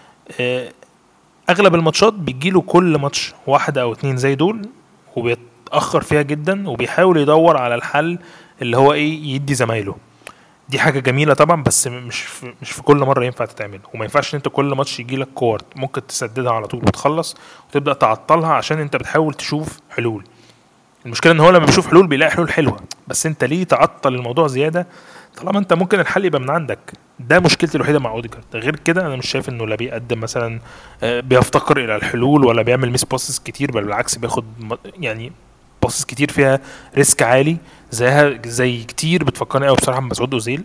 Speaker 3: اغلب الماتشات بيجيله كل ماتش واحده او اتنين زي دول وبيتاخر فيها جدا وبيحاول يدور على الحل اللي هو ايه يدي زمايله. دي حاجه جميله طبعا، بس مش في مش في كل مره ينفع تتعمل. وما ينفعش ان انت كل ماتش يجي لك كور ممكن تسددها على طول وتخلص وتبدا تعطلها عشان انت بتحاول تشوف حلول. المشكله ان هو لما بيشوف حلول بيلاقي حلول حلوه، بس انت ليه تعطل الموضوع زياده طالما انت ممكن الحل يبقى من عندك؟ ده مشكلتي الوحيده مع اوديجارد. غير كده انا مش شايف انه لا بيقدم مثلا بيفتقر الى الحلول ولا بيعمل ميس باسز كتير، بل بالعكس بياخد يعني باسز كتير فيها ريسك عالي زيها زي كتير بتفكرني قوي بصراحه مسعود اوزيل.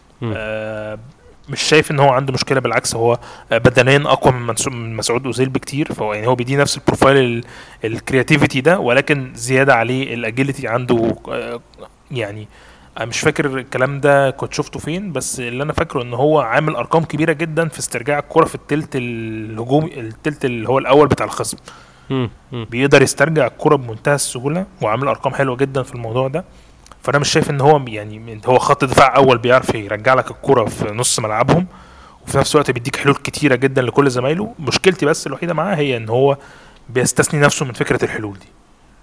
Speaker 3: آه مش شايف ان هو عنده مشكله، بالعكس هو بدنيا اقوى من مسعود اوزيل بكتير. فهو يعني هو بيدي نفس البروفايل الكرياتيفيتي ده، ولكن زياده عليه الاجيليتي عنده. آه يعني انا مش فاكر الكلام ده كنت شفته فين، بس اللي انا فاكره ان هو عامل ارقام كبيره جدا في استرجاع الكره في الثلث الهجومي، الثلث اللي هو الاول بتاع الخصم. بيقدر يسترجع الكره بمنتهى السهوله وعامل ارقام حلوه جدا في الموضوع ده. فانا مش شايف ان هو يعني هو خط دفاع اول بيعرف يرجع لك الكره في نص ملعبهم وفي نفس الوقت بيديك حلول كتيره جدا لكل زمايله. مشكلتي بس الوحيده معاه هي ان هو بيستثني نفسه من فكره الحلول دي.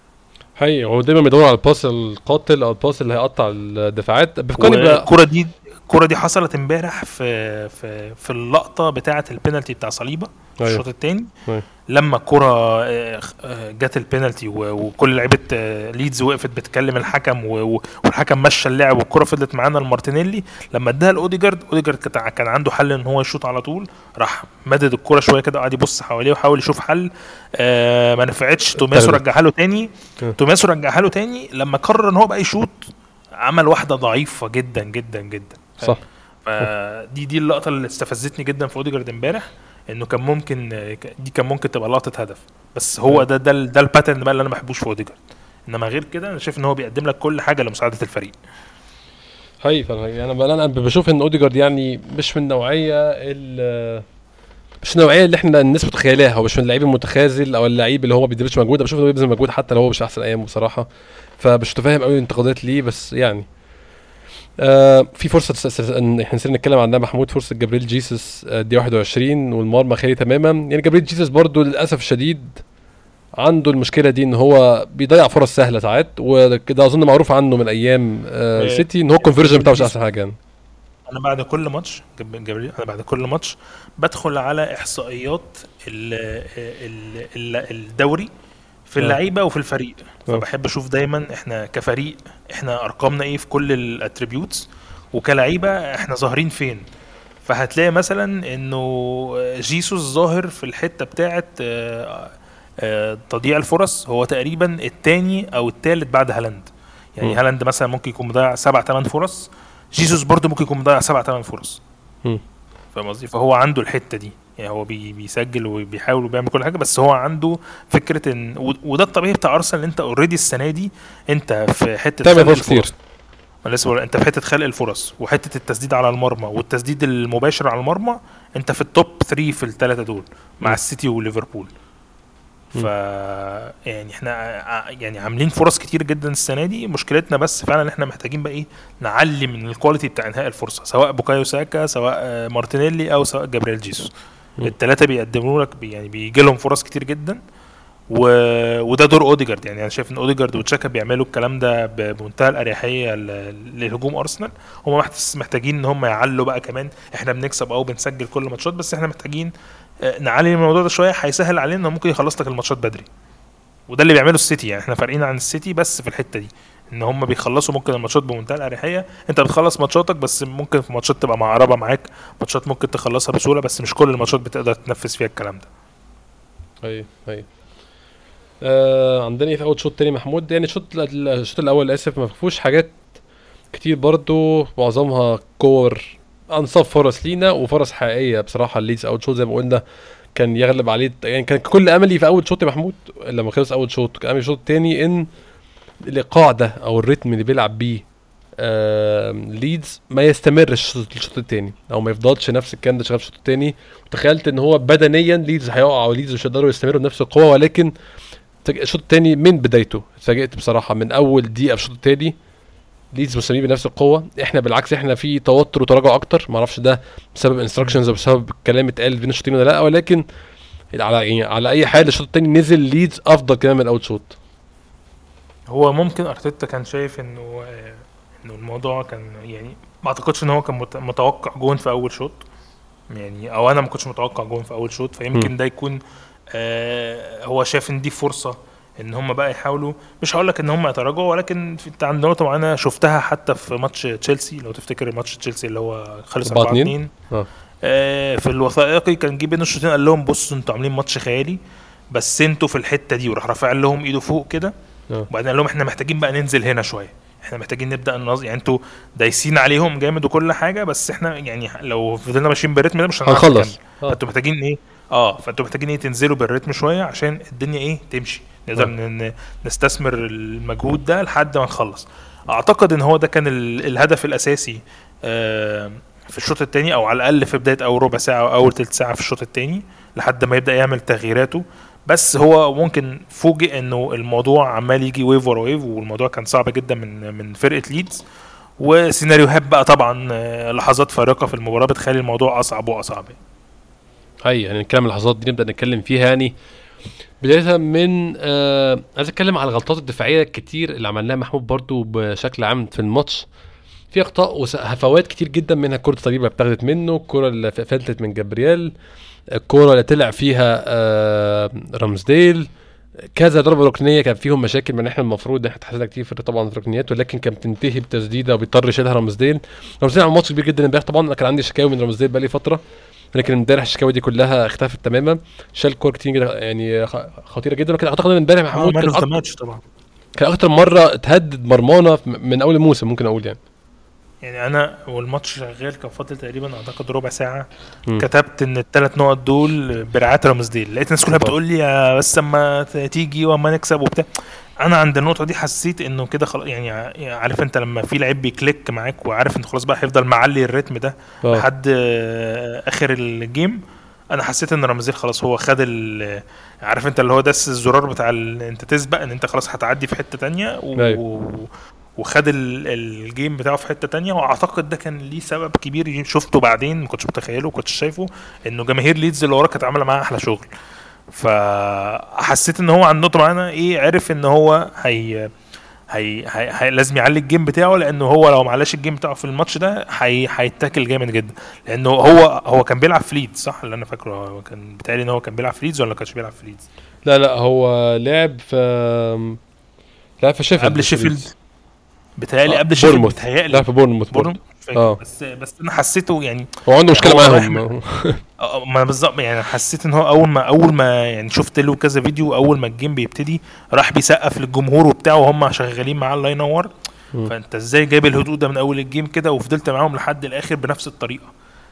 Speaker 2: هي هو دايما بيدور على الباس القاتل او الباس اللي هيقطع الدفاعات. بفكرني بقى
Speaker 3: الكره دي الكره دي حصلت امبارح في في في اللقطه بتاعه البينالتي بتاع صليبه في الشوط الثاني لما الكره جت البينالتي وكل لعيبه ليدز وقفت بتكلم الحكم والحكم مشى اللعب والكره فضلت معانا لمارتينيلي. لما اداها لاوديجارد، اوديجارد كان عنده حل ان هو يشوط على طول، راح مدد الكره شويه كده قعد يبص حواليه وحاول يشوف حل. آه ما نفعتش، توماسو رجعها له تاني توماسو رجعها له تاني لما قرر ان هو بقى يشوط عمل واحده ضعيفه جدا جدا جدا.
Speaker 2: صح.
Speaker 3: فدي دي اللقطه اللي استفزتني جدا في اوديجارد امبارح، انه كان ممكن دي كان ممكن تبقى لقطه هدف. بس هو ده ده ده الباترن بقى اللي انا ما بحبوش في اوديجارد. انما غير كده انا شايف ان هو بيقدم لك كل حاجه لمساعده الفريق.
Speaker 2: هاي فانا انا انا بشوف ان اوديجارد يعني مش من النوعيه ال مش النوعيه اللي احنا الناس متخيلها. هو مش من اللعيب المتخاذل او اللعيب اللي هو ما بيديرش مجهود. بشوف انه بيبذل مجهود حتى لو هو مش احسن ايام بصراحه. فمش متفاهم قوي الانتقادات ليه، بس يعني آه في فرصه ان احنا نصير نتكلم عنها محمود، فرصه جابريل جيسوس دي واحد وعشرين والمرمى خالي تماما. يعني جابريل جيسوس برضو للاسف الشديد عنده المشكله دي ان هو بيضيع فرص سهله ساعات، وكده اظن معروف عنه من ايام آه سيتي ان هو الكونفرجن بتاعه مش احسن حاجه.
Speaker 3: انا بعد كل ماتش جابريل انا بعد كل ماتش بدخل على احصائيات الدوري في اللعيبه وفي الفريق. فبحب اشوف دايما احنا كفريق احنا ارقامنا ايه في كل الاتريبيوتس، وكلاعيبه احنا ظاهرين فين. فهتلاقي مثلا انه جيسوس ظاهر في الحته بتاعه تضييع الفرص، هو تقريبا الثاني او الثالث بعد هالاند. يعني هالاند مثلا ممكن يكون مضيع سبعة ثمان فرص، جيسوس برضو ممكن يكون مضيع سبعة ثمان فرص. فاهم قصدي؟ فهو عنده الحته دي، يعني هو بي بيسجل وبيحاول وبيعمل كل حاجه، بس هو عنده فكره ان وده الطبيعي بتاع ارسنال. انت اوريدي السنه دي انت في حته
Speaker 2: خلق الفرص،
Speaker 3: لسه انت في حته خلق الفرص وحته التسديد على المرمى والتسديد المباشر على المرمى، انت في التوب ثلاثة في الثلاثه دول مع السيتي وليفربول. ف يعني احنا يعني عاملين فرص كتير جدا السنه دي. مشكلتنا بس فعلا احنا محتاجين بقى ايه نعلي من الكواليتي بتاع انهاء الفرصه، سواء بوكايو ساكا سواء مارتينيلي او سواء جابريل جيسوس. الثلاثه بيقدموا لك بي يعني بيجي لهم فرص كتير جدا، و... وده دور اوديجارد. يعني انا شايف ان اوديجارد وتشاكا بيعملوا الكلام ده بمنتهى الاريحيه لهجوم ارسنال. هم محتاجين ان هم يعلوا بقى كمان. احنا بنكسب او بنسجل كل ماتشات، بس احنا محتاجين نعلي الموضوع ده شويه، هيسهل علينا انه ممكن يخلص لك الماتشات بدري. وده اللي بيعمله السيتي. يعني احنا فارقين عن السيتي بس في الحته دي، ان هم بيخلصوا ممكن الماتشات بمنتهى الاريحيه. انت بتخلص ماتشاتك، بس ممكن في ماتشات تبقى معربه معاك، ماتشات ممكن تخلصها بسهوله، بس مش كل الماتشات بتقدر تنفذ فيها الكلام ده.
Speaker 2: ايوه ايوه. آه عندنا في اول شوط تاني محمود، يعني الشوط الشوط الاول اسف ما فيهوش حاجات كتير برضو، معظمها كور انصاف فرص لينا وفرص حقيقيه بصراحه. الليدز اول شوط زي ما قلنا كان يغلب عليه، يعني كان كل املي في اول شوط يا محمود لما خلص اول شوط، كان املي الشوط الثاني ان الايقاع ده او الريتم اللي بيلعب بيه آه ليدز ما يستمرش الشوط الثاني او ما يفضلش نفس الكلام ده شغال في الشوط الثاني. وتخيلت ان هو بدنيا ليدز هيقع وليدز مش هيقدروا يستمروا بنفس القوه، ولكن الشوط الثاني من بدايته اتفاجئت بصراحه من اول دقيقه في الشوط الثاني ليدز مستمرين بنفس القوه. احنا بالعكس احنا في توتر وتراجع اكتر، ما اعرفش ده بسبب انستراكشنز او بسبب الكلام اتقال بين الشوطين ولا لا، ولكن على يعني على اي حال الشوط الثاني نزل ليدز افضل كمان من اول شوط.
Speaker 3: هو ممكن ارتيتا كان شايف انه انه الموضوع كان يعني ما اعتقدش ان هو كان متوقع جون في اول شوط يعني، او انا ما كنتش متوقع جون في اول شوط، فيمكن ده يكون آه هو شايف ان دي فرصه ان هم بقى يحاولوا، مش هقول لك ان هم يتراجعوا، ولكن في عند نقطه معينه شفتها حتى في ماتش تشيلسي لو تفتكر ماتش تشيلسي اللي هو خلص أربعة اتنين اه آه في الوثائقي كان جه بين الشوطين قال لهم بصوا انتوا عاملين ماتش خيالي بس انتوا في الحته دي، وراح رافع لهم ايده فوق كده وبعدين قال لهم احنا محتاجين بقى ننزل هنا شويه، احنا محتاجين نبدا النظ... يعني انتوا دايسين عليهم جامد وكل حاجه بس احنا يعني لو فضلنا ماشيين بالريتم ده مش
Speaker 2: هنخلص.
Speaker 3: فانتوا محتاجين ايه اه فانتوا محتاجين ايه تنزلوا بالريتم شويه عشان الدنيا ايه تمشي، نقدر ن... نستثمر المجهود ده لحد ما نخلص. اعتقد ان هو ده كان ال... الهدف الاساسي آه في الشوط الثاني، او على الاقل في بدايه او ربع ساعه او اول ثلث ساعه في الشوط الثاني لحد ما يبدا يعمل تغييراته. بس هو ممكن فوجئ انه الموضوع عمال يجي ويف ورا ويف، والموضوع كان صعب جدا من من فرقه ليدز، وسيناريوهات بقى طبعا لحظات فارقه في المباراه بتخلي الموضوع اصعب واصعب.
Speaker 2: هاي يعني نتكلم اللحظات دي نبدا نتكلم فيها، يعني بدايه من آه عايز اتكلم على الغلطات الدفاعيه الكتير اللي عملناها محمود برضو بشكل عام في الماتش. في اخطاء وهفوات كتير جدا، منها كره الصليبه اتاخدت منه، الكره اللي فلتت من جابرييل، الكوره اللي طلع فيها آه رامزديل، كذا ضربه ركنيه كان فيهم مشاكل من احنا المفروض احنا تحسنا كتير في طبعا الركنيات، ولكن كانت بتنتهي بتسديده وبيضطر يشيلها رامزديل. رامزديل عمل ماتش كبير جدا امبارح، طبعا انا كان عندي شكاوي من رامزديل بقالي فتره، لكن امبارح الشكاوي دي كلها اختفت تماما. شال كور كتير يعني خطيره جدا، لكن اعتقد ان امبارح محمود
Speaker 3: كان اكتر
Speaker 2: طبعا كان اكتر مره تهدد مرمانه من اول الموسم ممكن اقول يعني.
Speaker 3: يعني انا والماتش شغال كان فاضل تقريبا اعتقد ربع ساعه م. كتبت ان الثلاث نقط دول برعايه رامزديل، لقيت الناس كلها بتقول لي بس اما تيجي واما نكسب وبتاع. انا عند النقطه دي حسيت انه كده خلاص، يعني عارف انت لما في لعيب بيكليك معاك وعارف انت خلاص بقى هيفضل معلي الريتم ده أوه. لحد اخر الجيم. انا حسيت ان رامزديل خلاص هو خد عارف انت اللي هو داس الزرار بتاع انت تسبق ان انت خلاص هتعدي في حته تانية و... وخد الجيم بتاعه في حته تانية. واعتقد ده كان ليه سبب كبير شفته بعدين ما كنتش متخيله وكنتش شايفه، انه جماهير ليدز اللي وراه كانت عامله معاه احلى شغل. فحسيت ان هو عند نقطه معينه ايه عرف ان هو هي هي, هي, هي لازم يعلي الجيم بتاعه، لانه هو لو معلاش الجيم بتاعه في الماتش ده هي هيتاكل جامد جدا، لانه هو هو كان بيلعب في ليدز صح اللي انا فاكره. هو كان بيتهيألي ان هو كان بيلعب في ليدز ولا كانش بيلعب في ليدز؟
Speaker 2: لا لا هو لعب في لعب في شيفيلد
Speaker 3: قبل شيفيلد بتهيألي قبل شيفيلد بتهيألي
Speaker 2: لا في بورنموث
Speaker 3: اه بس بس انا حسيته يعني
Speaker 2: هو عنده مشكله معاهم
Speaker 3: ما بالظبط يعني. حسيت ان هو اول ما اول ما يعني شفت له كذا فيديو اول ما الجيم بيبتدي راح بيسقف للجمهور وبتاعه وهم شغالين معاه الله ينور. فانت ازاي جايب الهدوء ده من اول الجيم كده وفضلت معاهم لحد الاخر بنفس الطريقه؟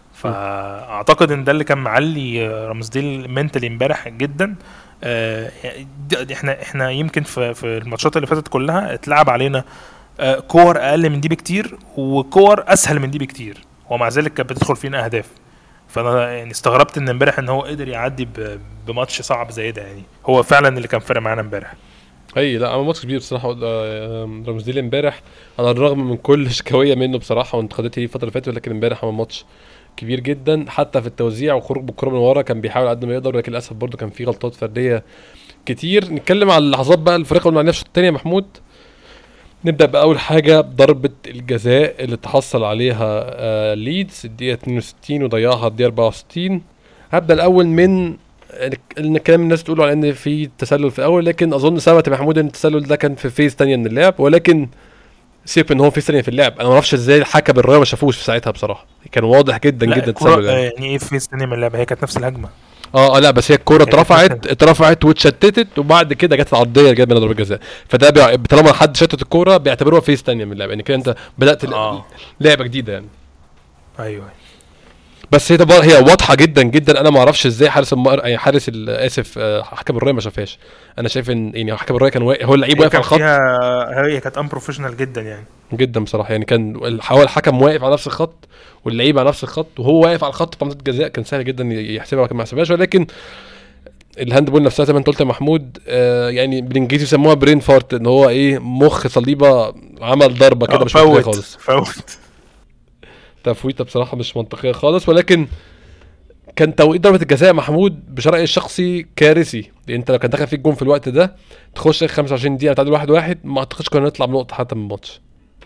Speaker 3: فاعتقد ان ده اللي كان معلي رامزديل منتالي امبارح جدا. آه احنا احنا يمكن في في الماتشات اللي فاتت كلها اتلعب علينا آه كور اقل من دي بكتير وكور اسهل من دي بكتير، ومع ذلك كانت بتدخل فينا اهداف. فانا يعني استغربت ان امبارح ان هو قدر يعدي بماتش صعب زي ده. يعني هو فعلا اللي كان فارق معانا امبارح.
Speaker 2: اي لا عمل ماتش كبير بصراحه رامزديل امبارح، على الرغم من كل شكاويه منه بصراحه وانتقاداتي ليه الفتره اللي فاتت، لكن امبارح عمل ماتش كبير جدا حتى في التوزيع وخروج بالكره من ورا كان بيحاول قد ما يقدر، لكن للاسف برده كان في غلطات فرديه كتير. نتكلم على اللحظات بقى الفريق اللي نفسه الثانيه محمود. نبدا باول حاجه ضربه الجزاء اللي تحصل عليها آه ليدز الدقيقه اتنين وستين وضيعها الدقيقه اربعة وستين. هبدا الاول من ان كلام الناس تقولوا على ان في تسلل في الاول، لكن اظن ثبت محمود ان التسلل ده كان في فيز ثانيه من اللعب، ولكن سيب ان هو في ثانيه في اللعب. انا ما اعرفش ازاي الحكم الرايه ما شافوش في ساعتها بصراحه، كان واضح جدا جدا التسلل
Speaker 3: يعني. يعني ايه في ثانيه من اللعب؟ هي كانت نفس الهجمه
Speaker 2: اه اه لا بس هي الكوره اترفعت اترفعت واتشتتت وبعد كده جت العرضيه جت من ضربه جزاء. فده بيع... طالما حد شتت الكوره بيعتبروها فيس تانية من اللعبه يعني كده انت بدات
Speaker 3: اه
Speaker 2: لعبه جديده يعني.
Speaker 3: ايوه
Speaker 2: بس هي طبعا هي واضحه جدا جدا. انا ما اعرفش ازاي حارس المر... يعني حارس اسف حكم الرايه ما شافهاش. انا شايف ان يعني حكم الرايه كان واقف هو اللعيب واقف على الخط
Speaker 3: فيها هي كانت ان بروفيشنال جدا يعني
Speaker 2: جدا بصراحه يعني كان هو الحكم واقف على نفس الخط واللعيب على نفس الخط وهو واقف على الخط بتاع منطقه الجزاء كان سهل جدا يحسبها لكن ما حسبهاش. ولكن الهاند بول نفسها زي ما انت قلت يا محمود آه يعني بالانجليزي يسموها برين فارت ان هو ايه مخ صليبه عمل ضربه كده مش منطقيه خالص
Speaker 3: فوت
Speaker 2: تفويته بصراحه مش منطقيه خالص. ولكن كان توقيت ضربه الجزاء محمود بشرعي الشخصي كارثي لان انت لو كان دخل فيك جون في الوقت ده تخش خمسة وعشرين دقيقه تعادل واحد واحد ما اعتقدش كنا نطلع بنقطه حتى من الماتش.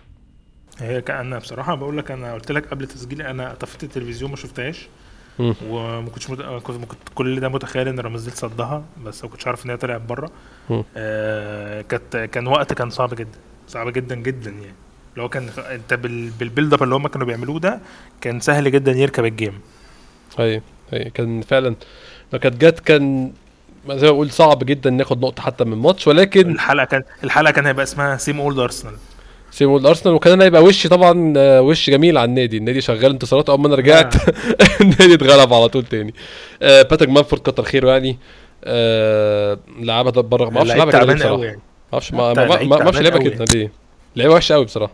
Speaker 3: هي كان بصراحه بقول لك انا قلت لك قبل تسجيلي انا طفيت التلفزيون ما شفتهاش وما كنتش مت... كنت كل ده متخيل ان رمزيل صدها بس ما كنتش عارف ان هي طلعت بره. آه كانت كان وقت كان صعب جدا صعب جدا جدا يعني لو كان انت بال... بالبيلد اب اللي هم كانوا بيعملوه ده كان سهل جدا يركب الجيم.
Speaker 2: ايوه ايوه كان فعلا لو كانت جت كان زي ما بقول صعب جدا ناخد نقطه حتى من الماتش. ولكن
Speaker 3: الحلقه كان الحلقه كان هيبقى اسمها سيم اولد ارسنال
Speaker 2: سيم اولد ارسنال وكان هيبقى وش طبعا وش جميل على النادي. النادي شغال انتصارات اول ما انا رجعت النادي اتغلب على طول تاني. آه باتريك مانفورد كتر خيره يعني آه لعبها بره ما اعرفش لعبها كده بصراحه يعني. ما اعرفش ما ما اعرفش لعبها كده ليه لعبه وحشه قوي بصراحه.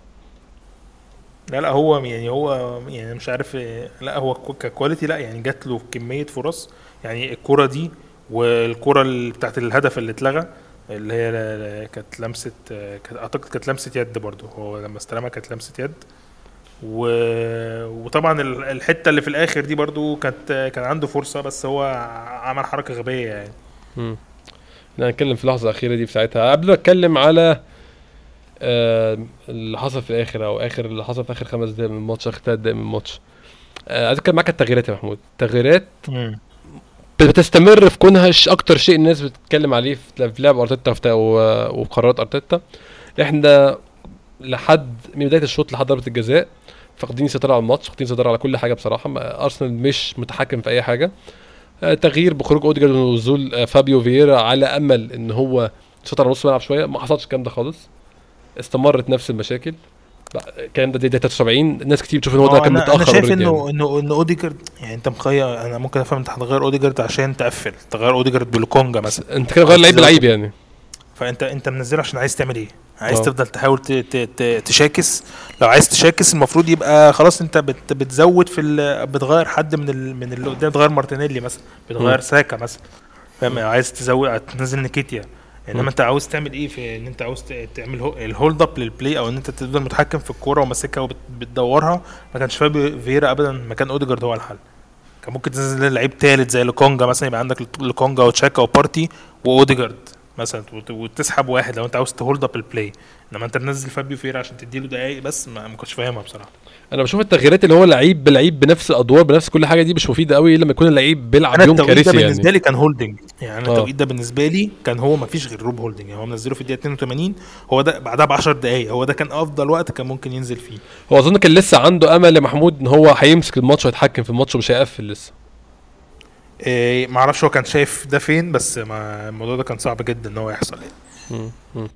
Speaker 3: لا لا هو يعني هو يعني مش عارف لا هو ككواليتي لا يعني جات له كميه فرص يعني الكره دي والكره بتاعت الهدف اللي اتلغى اللي هي كانت لمسه كانت اعتقد كانت لمسه يد برضو هو لما استلمها كانت لمسه يد و... وطبعا الحته اللي في الاخر دي برضو كانت كان عنده فرصه بس هو عمل حركه غبيه يعني.
Speaker 2: امم نتكلم في اللحظه الاخيره دي في ساعتها قبل ما اتكلم على آه اللي حصل في الاخر او اخر اللي حصل في اخر خمس دقايق من الماتش اخر ثلاث دقايق من الماتش. آه عايز اتكلم معاك التغييرات يا محمود. تغييرات بتستمر في كونها اكتر شيء الناس بتتكلم عليه في لعب ارتيتا وقرارات ارتيتا. احنا لحد من بدايه الشوط لحد ضربه الجزاء فاقدين سيطره على الماتش فاقدين سيطره على كل حاجه بصراحه. ارسنال مش متحكم في اي حاجه. آه تغيير بخروج اوديجارد ونزول آه فابيو فييرا على امل ان هو يسيطر على نص الملعب شويه ما حصلش الكلام ده خالص. استمرت نفس المشاكل. كان ده تلاتة وسبعين ناس كتير بتشوف ان هو ده كان متاخر.
Speaker 3: انا شايف انه انه انه اوديجارد يعني انت مخير انا ممكن افهم انت هتغير اوديجارد عشان تقفل تغير اوديجارد بلوكونجا مثلا
Speaker 2: انت كده غير لعيب بلعيب يعني
Speaker 3: فانت انت منزله عشان عايز تعمل ايه عايز أوه. تفضل تحاول تشاكس لو عايز تشاكس المفروض يبقى خلاص انت بت بتزود في بتغير حد من ال من اللي قدام بتغير مارتينيلي مثلا بتغير م. ساكا مثلا فاهم عايز تزود تنزل نيكيتيا انما يعني انت عاوز تعمل ايه في ان انت عاوز تعمل الهولد اب للبلاي او ان انت تفضل متحكم في الكوره وماسكها وبتدورها. ما كانش فابيو فييرا ابدا مكان اوديجارد هو الحل. كان ممكن تنزل لعيب ثالث زي لوكونجا مثلا يبقى عندك لوكونجا وتشاكا وبارتي واوديجارد مثلا وتسحب واحد لو انت عاوز تهولد اب البلاي. انما انت تنزل فابيو فييرا عشان تديله دقايق بس ما كنتش فاهمها بصراحه.
Speaker 2: انا بشوف التغييرات اللي هو لعيب بلعيب بنفس الادوار بنفس كل حاجه دي مش مفيده قوي لما يكون اللعيب بيلعب يوم كارثي يعني.
Speaker 3: بالنسبه لي كان هولدنج يعني التوقيت ده بالنسبه لي كان هو ما فيش غير روب هولدنج يعني هو منزله في الدقيقه اتنين وتمانين هو ده بعدها ب عشر دقايق هو ده كان افضل وقت كان ممكن ينزل فيه.
Speaker 2: هو اظن كان لسه عنده امل يا محمود ان هو هيمسك الماتش ويتحكم في الماتش ومش هيقفل لسه.
Speaker 3: إيه ما اعرفش هو كان شايف ده فين بس ما الموضوع ده كان صعب جدا ان هو يحصل يعني.
Speaker 2: امم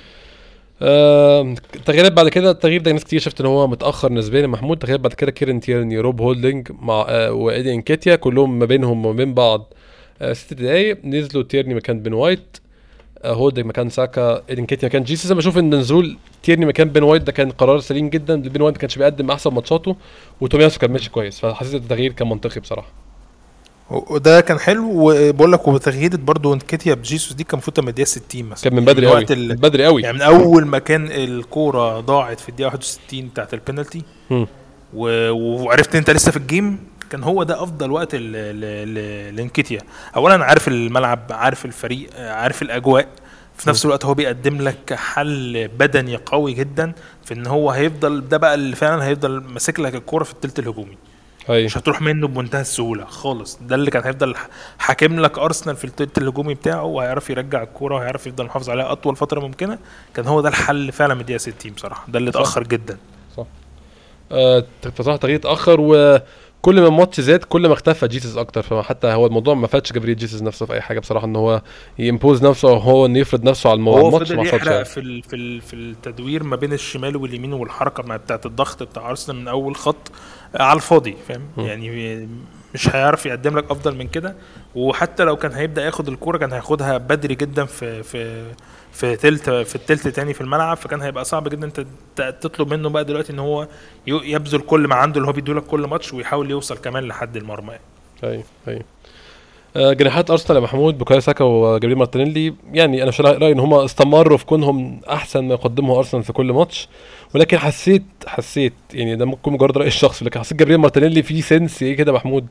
Speaker 2: التغييرات بعد كده التغيير ده ناس كتير شفت ان هو متاخر نسبيا محمود. تغيير بعد كده كيرن تيرني روب هولدنج مع آه وايدي انكيتيا كلهم ما بينهم وما بين بعض آه ست دقايق. نزلوا تيرني مكان بين وايت آه هولدنج مكان ساكا ايدي انكيتيا مكان جيسوس. انا بشوف ان نزول تيرني مكان بين وايت ده كان قرار سليم جدا. بين وايت ما كانش بيقدم احسن ماتشاته وتومياسو كان ماشي كويس فحسيت التغيير كان منطقي بصراحه
Speaker 3: وده كان حلو. وبقول لك وتغييرت برضو انكيتيا بجيسوس دي كان المفروض من الدقيقه ستين مثلا
Speaker 2: كان من بدري قوي من بدري قوي
Speaker 3: يعني من اول ما كان الكوره ضاعت في الدقيقه واحد وستين بتاعه البنالتي وعرفت انت لسه في الجيم كان هو ده افضل وقت لانكيتيا. اولا عارف الملعب عارف الفريق عارف الاجواء في نفس الوقت هو بيقدم لك حل بدني قوي جدا في ان هو هيفضل ده بقى اللي فعلا هيفضل ماسك لك الكوره في الثلث الهجومي هي. مش هتروح منه بمنتهى السهوله خالص. ده اللي كان هيفضل حاكم لك ارسنال في الثلث الهجومي بتاعه وهيعرف يرجع الكوره وهيعرف يفضل محافظ عليها اطول فتره ممكنه. كان هو ده الحل فعلا من الدقيقه ستين بصراحه. ده اللي اتاخر جدا
Speaker 2: صح. اه تصح تغيير اتاخر و... كل ما الماتش زاد كل ما اختفى جيسس اكتر. فحتى هو الموضوع ما فاتش جابريل جيسس نفسه في اي حاجه بصراحه، ان هو يمبوز نفسه او هو انه يفرض نفسه على
Speaker 3: هو
Speaker 2: الماتش. ما
Speaker 3: فضل
Speaker 2: فاتش
Speaker 3: يحرق
Speaker 2: يعني.
Speaker 3: في ال- في ال- في التدوير ما بين الشمال واليمين والحركه ما بتاعه الضغط بتاع ارسنال من اول خط على الفاضي، فاهم يعني مش هيعرف يقدم لك افضل من كده. وحتى لو كان هيبدا ياخد الكوره كان هياخدها بدري جدا في في في تلت في التلت تاني في الملعب، فكان هيبقى صعب جدا انت ت- تطلب منه بقى دلوقتي ان هو ي- يبذل كل ما عنده اللي هو بيدولك كل ماتش ويحاول يوصل كمان لحد المرمى.
Speaker 2: ايوه ايوه. آه، جناحات ارسنال يا محمود بوكايو ساكا وجابريل مارتينيلي، يعني انا مش رايي ان هم استمروا في كونهم احسن ما يقدمه ارسنال في كل ماتش، ولكن حسيت حسيت يعني ده ممكن مجرد راي الشخصي، لكن حسيت جابريل مارتينيلي فيه سنس ايه كده محمود،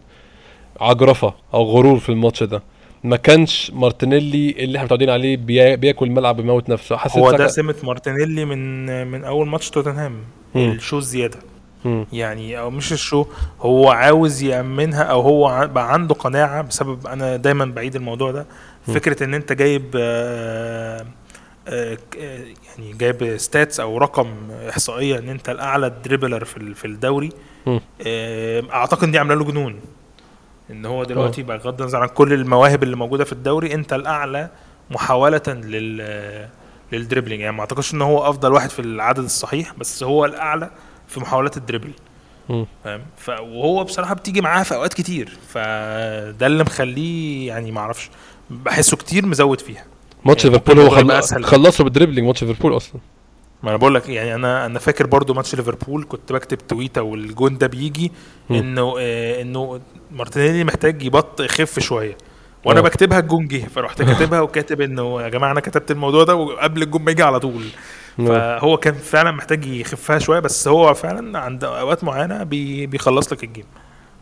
Speaker 2: عجرفه او غرور في الماتش ده. ما كانش مارتينيلي اللي احنا متعودين عليه بيا- بياكل الملعب بيموت نفسه. حسيت
Speaker 3: هو ده
Speaker 2: ساكا
Speaker 3: سمة مارتينيلي من من اول ماتش توتنهام،
Speaker 2: مم.
Speaker 3: الشو الزياده
Speaker 2: مم.
Speaker 3: يعني، او مش الشو، هو عاوز يأمنها او هو ع- بقى عنده قناعة بسبب، انا دايما بعيد الموضوع ده، فكرة ان انت جايب آه، آه، ك- آه، يعني جايب ستاتس او رقم احصائية ان انت الاعلى دريبلر في ال- في الدوري.
Speaker 2: مم.
Speaker 3: آه، اعتقد دي عامله له جنون، ان هو دلوقتي بقى بغض النظر عن كل المواهب اللي موجودة في الدوري انت الاعلى محاولة لل للدريبلينج. يعني ما اعتقدش ان هو افضل واحد في العدد الصحيح، بس هو الاعلى في محاولات الدريبل،
Speaker 2: مم.
Speaker 3: فاهم؟ ف وهو بصراحه بتيجي معاه في اوقات كتير، فده اللي مخليه يعني ما اعرفش، بحسه كتير مزود فيها.
Speaker 2: ماتش
Speaker 3: يعني
Speaker 2: ليفربول
Speaker 3: ممكن
Speaker 2: هو
Speaker 3: الموضوع يبقى
Speaker 2: خل...
Speaker 3: اسهل.
Speaker 2: خلصوا بالدريبلينج ماتش ليفربول اصلا.
Speaker 3: ما انا بقول لك يعني انا انا فاكر برضو ماتش ليفربول كنت بكتب تويته والجون ده بيجي
Speaker 2: مم.
Speaker 3: انه آه انه مارتينيلي محتاج يبط يخف شويه، وانا
Speaker 2: آه.
Speaker 3: بكتبها الجون جه فرحت كاتبها وكاتب انه يا جماعه انا كتبت الموضوع ده وقبل الجون ما يجي على طول.
Speaker 2: نعم.
Speaker 3: فهو كان فعلا محتاج يخفها شويه، بس هو فعلا عند اوقات معينه بي بيخلص لك الجيم.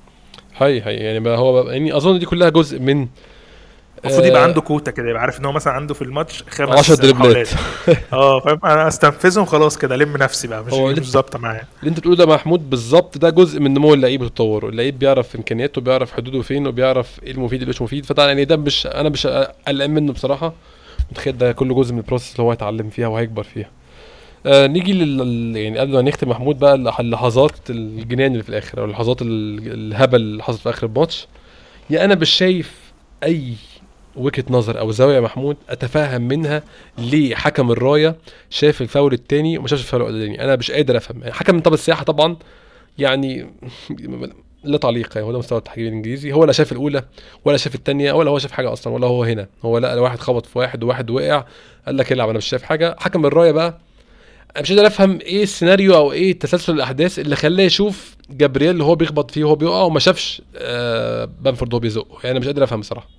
Speaker 2: هاي هاي يعني ما هو يعني اظن دي كلها جزء من
Speaker 3: المفروض يبقى
Speaker 2: آه،
Speaker 3: عنده كوتا كده، يبقى عارف ان هو مثلا عنده في الماتش خمس
Speaker 2: عشر دريبلات.
Speaker 3: محاولات. اه فاهم، انا استنفذهم خلاص كده الم نفسي بقى، مش
Speaker 2: هو
Speaker 3: مش
Speaker 2: لسه-
Speaker 3: ظابطه معايا.
Speaker 2: اللي انت بتقوله ده محمود بالظبط ده جزء من نمو اللعيب وتطوره. اللعيب بيعرف امكانياته وبيعرف حدوده فين وبيعرف ايه المفيد اللي مش مفيد. فطبعا يعني ده مش انا مش قلقان منه بصراحه، متخيل ده كله جزء من البروسيس اللي هو هيتعلم فيها وهيكبر فيها. آه نيجي لل يعني قبل ما نختم محمود بقى اللح- اللحظات الجنان اللي في الاخر او اللحظات ال- الهبل اللي حصلت في اخر الماتش. يعني انا مش شايف اي وجهة نظر او زاويه محمود اتفهم منها ليه حكم الرايه شاف الفاول التاني وما شافش الفاول الاولاني. انا مش قادر افهم. يعني حكم من طب السياحه طبعا يعني لا تعليق، يعني هو ده مستوى التحكيم الانجليزي. هو لا شاف الاولى ولا شاف الثانيه ولا هو شاف حاجه اصلا، ولا هو هنا هو لا واحد خبط في واحد وواحد وقع قال لك العب انا مش شايف حاجه. حكم الرايه بقى انا مش قادر افهم ايه السيناريو او ايه تسلسل الاحداث اللي خلاه يشوف جابرييل اللي هو بيخبط فيه وهو بيقع وما شافش آه بامفورد وهو بيزقه. يعني انا مش قادر افهم بصراحه.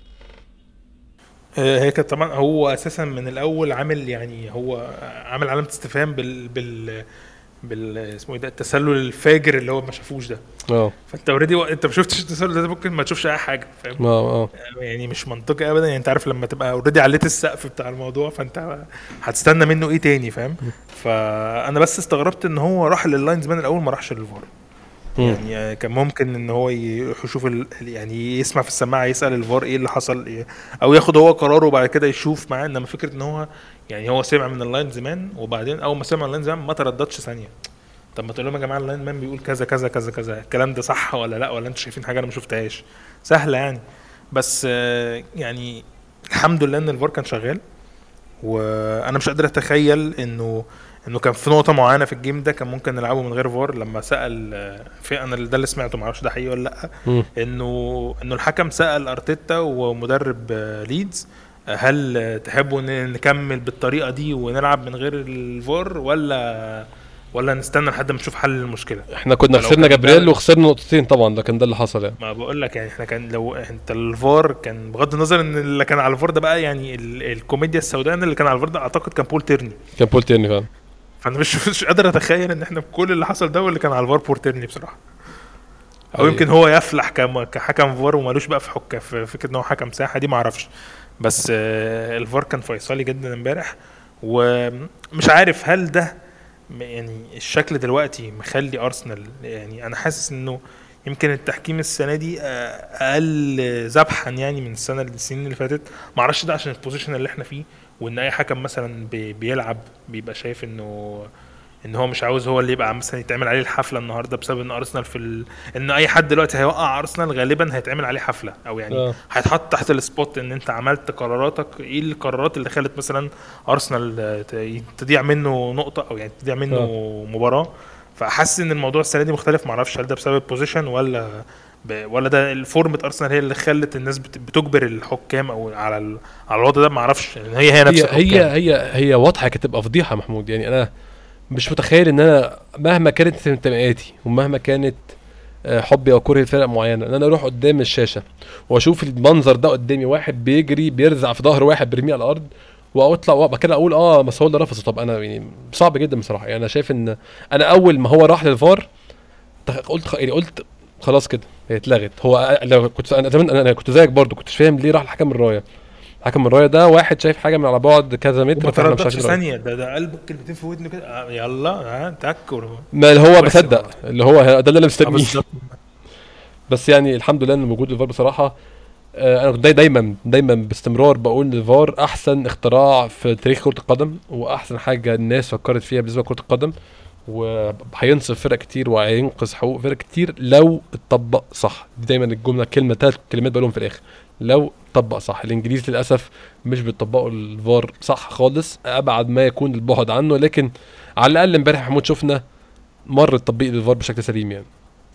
Speaker 3: آه، هي كانت طبعا هو اساسا من الاول عامل يعني هو عامل علامه استفهام بال بال بال اسمه ايه ده التسلل الفاجر اللي هو ما شافوش ده.
Speaker 2: اه
Speaker 3: فانت اوريدي و... انت ما شفتش التسلل ده ممكن ما تشوفش اي حاجه، فاهم؟
Speaker 2: اه اه
Speaker 3: يعني مش منطقي ابدا. يعني انت عارف لما تبقى اوريدي عليت السقف بتاع الموضوع فانت هتستنى منه ايه تاني، فاهم؟ فانا بس استغربت ان هو راح لللاينز مان الاول ما راحش للفار.
Speaker 2: مم.
Speaker 3: يعني كان ممكن ان هو يروح يشوف ال... يعني يسمع في السماعه يسال الفار ايه اللي حصل إيه، او ياخد هو قراره وبعد كده يشوف معاه. انما فكره ان هو يعني هو سمع من اللاين زمان وبعدين اول ما سمع اللاين زمان ما ترددش ثانيه. طب ما تقول لهم يا جماعه اللاين مان بيقول كذا كذا كذا كذا، الكلام ده صح ولا لا، ولا انتوا شايفين حاجه انا ما شفتهاش؟ سهله يعني. بس آه، يعني الحمد لله ان الفار كان شغال. وانا مش قادر اتخيل انه انه كان في نقطه معينه في الجيم ده كان ممكن نلعبه من غير فار. لما سال آه، في انا ده اللي سمعته ما اعرفش ده حقيقي ولا لا،
Speaker 2: مم.
Speaker 3: انه انه الحكم سال ارتيتا ومدرب آه، ليدز آه، هل آه، تحبوا ن- نكمل بالطريقه دي ونلعب من غير الفار ولا ولا نستنى لحد ما نشوف حل المشكله.
Speaker 2: احنا كنا
Speaker 3: فلو
Speaker 2: خسرنا
Speaker 3: كان
Speaker 2: جابرييل
Speaker 3: ده-
Speaker 2: وخسرنا نقطتين طبعا، ده كان ده اللي حصل يعني.
Speaker 3: ما بقول لك يعني احنا كان لو انت الفار كان بغض النظر ان اللي كان على الفار ده بقى يعني ال- الكوميديا السوداء اللي كان على الفار ده اعتقد كان بول تيرني.
Speaker 2: كان بول تاني فعلا.
Speaker 3: فانا مش مش قادر اتخيل ان احنا بكل اللي حصل ده واللي كان على الفار بول تيرني بصراحه. او
Speaker 2: أيوة.
Speaker 3: يمكن هو يفلح كم- كحكم فار ومالوش بقى في حكه في فكره ان هو حكم ساحه دي ما اعرفش. بس آه، الفار كان فيصلي جدا امبارح. ومش عارف هل ده م- يعني الشكل دلوقتي مخلي ارسنال، يعني انا حاسس انه يمكن التحكيم السنه دي آه، اقل ذبحا يعني من السنه السنين اللي فاتت. ما اعرفش ده عشان البوزيشن اللي احنا فيه وان اي حكم مثلا بي- بيلعب بيبقى شايف انه ان هو مش عاوز هو اللي يبقى مثلا يتعمل عليه الحفله النهارده بسبب ان ارسنال في ال... ان اي حد دلوقتي هيوقع ارسنال غالبا هيتعمل عليه حفله او يعني
Speaker 2: آه.
Speaker 3: هيتحط تحت السبوت ان انت عملت قراراتك ايه القرارات اللي خلت مثلا ارسنال ت- تضيع منه نقطه او يعني تضيع منه
Speaker 2: آه.
Speaker 3: مباراه. فحاسس ان الموضوع السنه دي مختلف، معرفش هل ده بسبب بوزيشن ولا ب... ولا ده الفورمه ارسنال هي اللي خلت الناس بت... بتجبر الحكام او على ال... على الوضع ده، معرفش يعني هي هي نفس
Speaker 2: هي هي
Speaker 3: الحكام.
Speaker 2: هي هي واضحه كانت تبقى فضيحه محمود. يعني انا مش متخيل ان انا مهما كانت انتماءاتي ومهما كانت آه، حبي او كرهي لفرق معينه ان انا اروح قدام الشاشه واشوف المنظر ده قدامي، واحد بيجري بيرزع في ظهر واحد بيرميه على الارض، واطلع وابقى كده اقول اه بس هو اللي رفضه. طب انا يعني صعب جدا بصراحه. يعني انا شايف ان انا اول ما هو راح للفار تخ- قلت خ- يعني قلت خلاص كده هي اتلغت. هو لو كنت انا زمان انا أنا كنت زيك برضو كنت فاهم ليه راح لحكم الرايه. حكم الرايه ده واحد شايف حاجه من على بعد كذا متر
Speaker 3: وما
Speaker 2: فاحنا مش
Speaker 3: ترددش
Speaker 2: عارفين رأيه.
Speaker 3: ثانيه، ده ده قلبك كلمتين في ودنه كده آه، يلا ها تاكل
Speaker 2: ما اللي هو
Speaker 3: بس
Speaker 2: بصدق
Speaker 3: خلاص.
Speaker 2: اللي هو ده اللي انا
Speaker 3: آه،
Speaker 2: مستنيه.
Speaker 3: بالظبط.
Speaker 2: بس يعني الحمد لله ان وجود الفار بصراحه. آه، انا كنت داي- دايما دايما باستمرار بقول ان الفار احسن اختراع في تاريخ كره القدم واحسن حاجه الناس فكرت فيها بالنسبه لكره القدم، وهينصف فرق كتير وهينقذ حقوق فرق كتير لو اتطبق صح. دي دايما الجمله كلمه ثلاث كلمات بقولهم في الاخر، لو اتطبق صح. الانجليز للاسف مش بيطبقوا الفار صح خالص، ابعد ما يكون البعد عنه. لكن على الاقل امبارح محمود شفنا مر تطبيق الفار بشكل سليم يعني.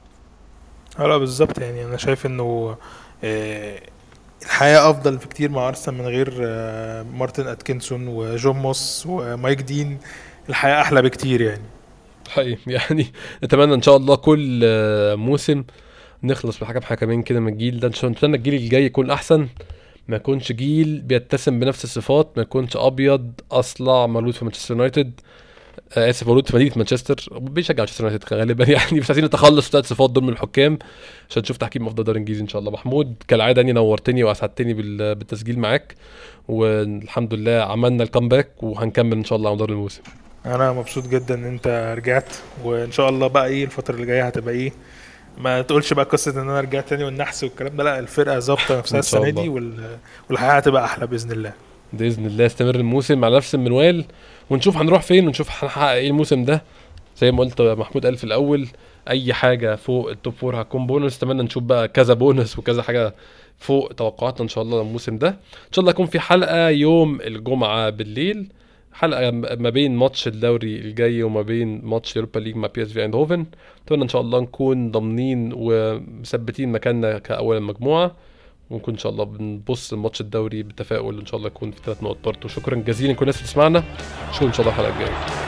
Speaker 3: اه لا بالظبط، يعني انا شايف انه آه، الحياه افضل بكتير مع ارسنال من غير آه، مارتن اتكنسون وجون موس ومايك دين. الحياه احلى بكتير يعني.
Speaker 2: حقيقي يعني نتمنى ان شاء الله كل آه، موسم نخلص بحاجه بحكمين كده من الجيل ده. ان شاء الله نتمنى الجيل الجاي يكون احسن، ما يكونش جيل بيتسم بنفس الصفات، ما يكونش ابيض اصلع مولود في مانشستر يونايتد، آه، اسف مولود في مدينه مانشستر بيشجع مانشستر يونايتد غالبا يعني. بس عايزين نتخلص ثلاث صفات دول من الحكام عشان نشوف تحكيم افضل دوري انجليزي ان شاء الله. محمود كالعاده اني نورتني واسعدتني بال- بالتسجيل معاك، والحمد لله عملنا الكامباك وهنكمل ان شاء الله على مدار الموسم.
Speaker 3: انا مبسوط جدا ان انت رجعت، وان شاء الله بقى ايه الفتره اللي جايه هتبقى ايه، ما تقولش بقى قصه ان انا رجعت تاني والنحس والكلام ده، لا الفرقه ظابطه نفسها
Speaker 2: إن شاء
Speaker 3: السنه
Speaker 2: الله.
Speaker 3: دي وال... والحياه هتبقى احلى باذن الله.
Speaker 2: باذن الله استمر الموسم على نفس المنوال ونشوف هنروح فين ونشوف هنحقق ايه الموسم ده. زي ما قلت محمود قال في الاول، اي حاجه فوق التوب فور هتكون بونus. اتمنى نشوف بقى كذا بونس وكذا حاجه فوق توقعاتنا ان شاء الله الموسم ده. ان شاء الله يكون في حلقه يوم الجمعه بالليل، حلقه ما بين ماتش الدوري الجاي وما بين ماتش يوروبا ليج مع بي اس في ايندهوفن. اتمنى ان شاء الله نكون ضامنين ومثبتين مكاننا كاول المجموعه، ونكون ان شاء الله بنبص الماتش الدوري بتفاؤل ان شاء الله يكون في ثلاث نقط برضه. شكرا جزيلا لكل الناس اللي تسمعنا، اشوفكم ان شاء الله الحلقه الجايه.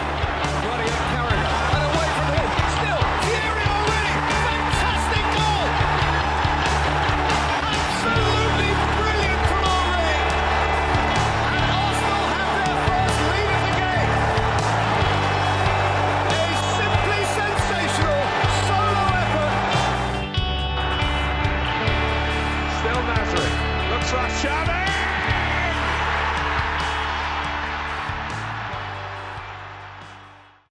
Speaker 4: Still Nazareth looks for a shot.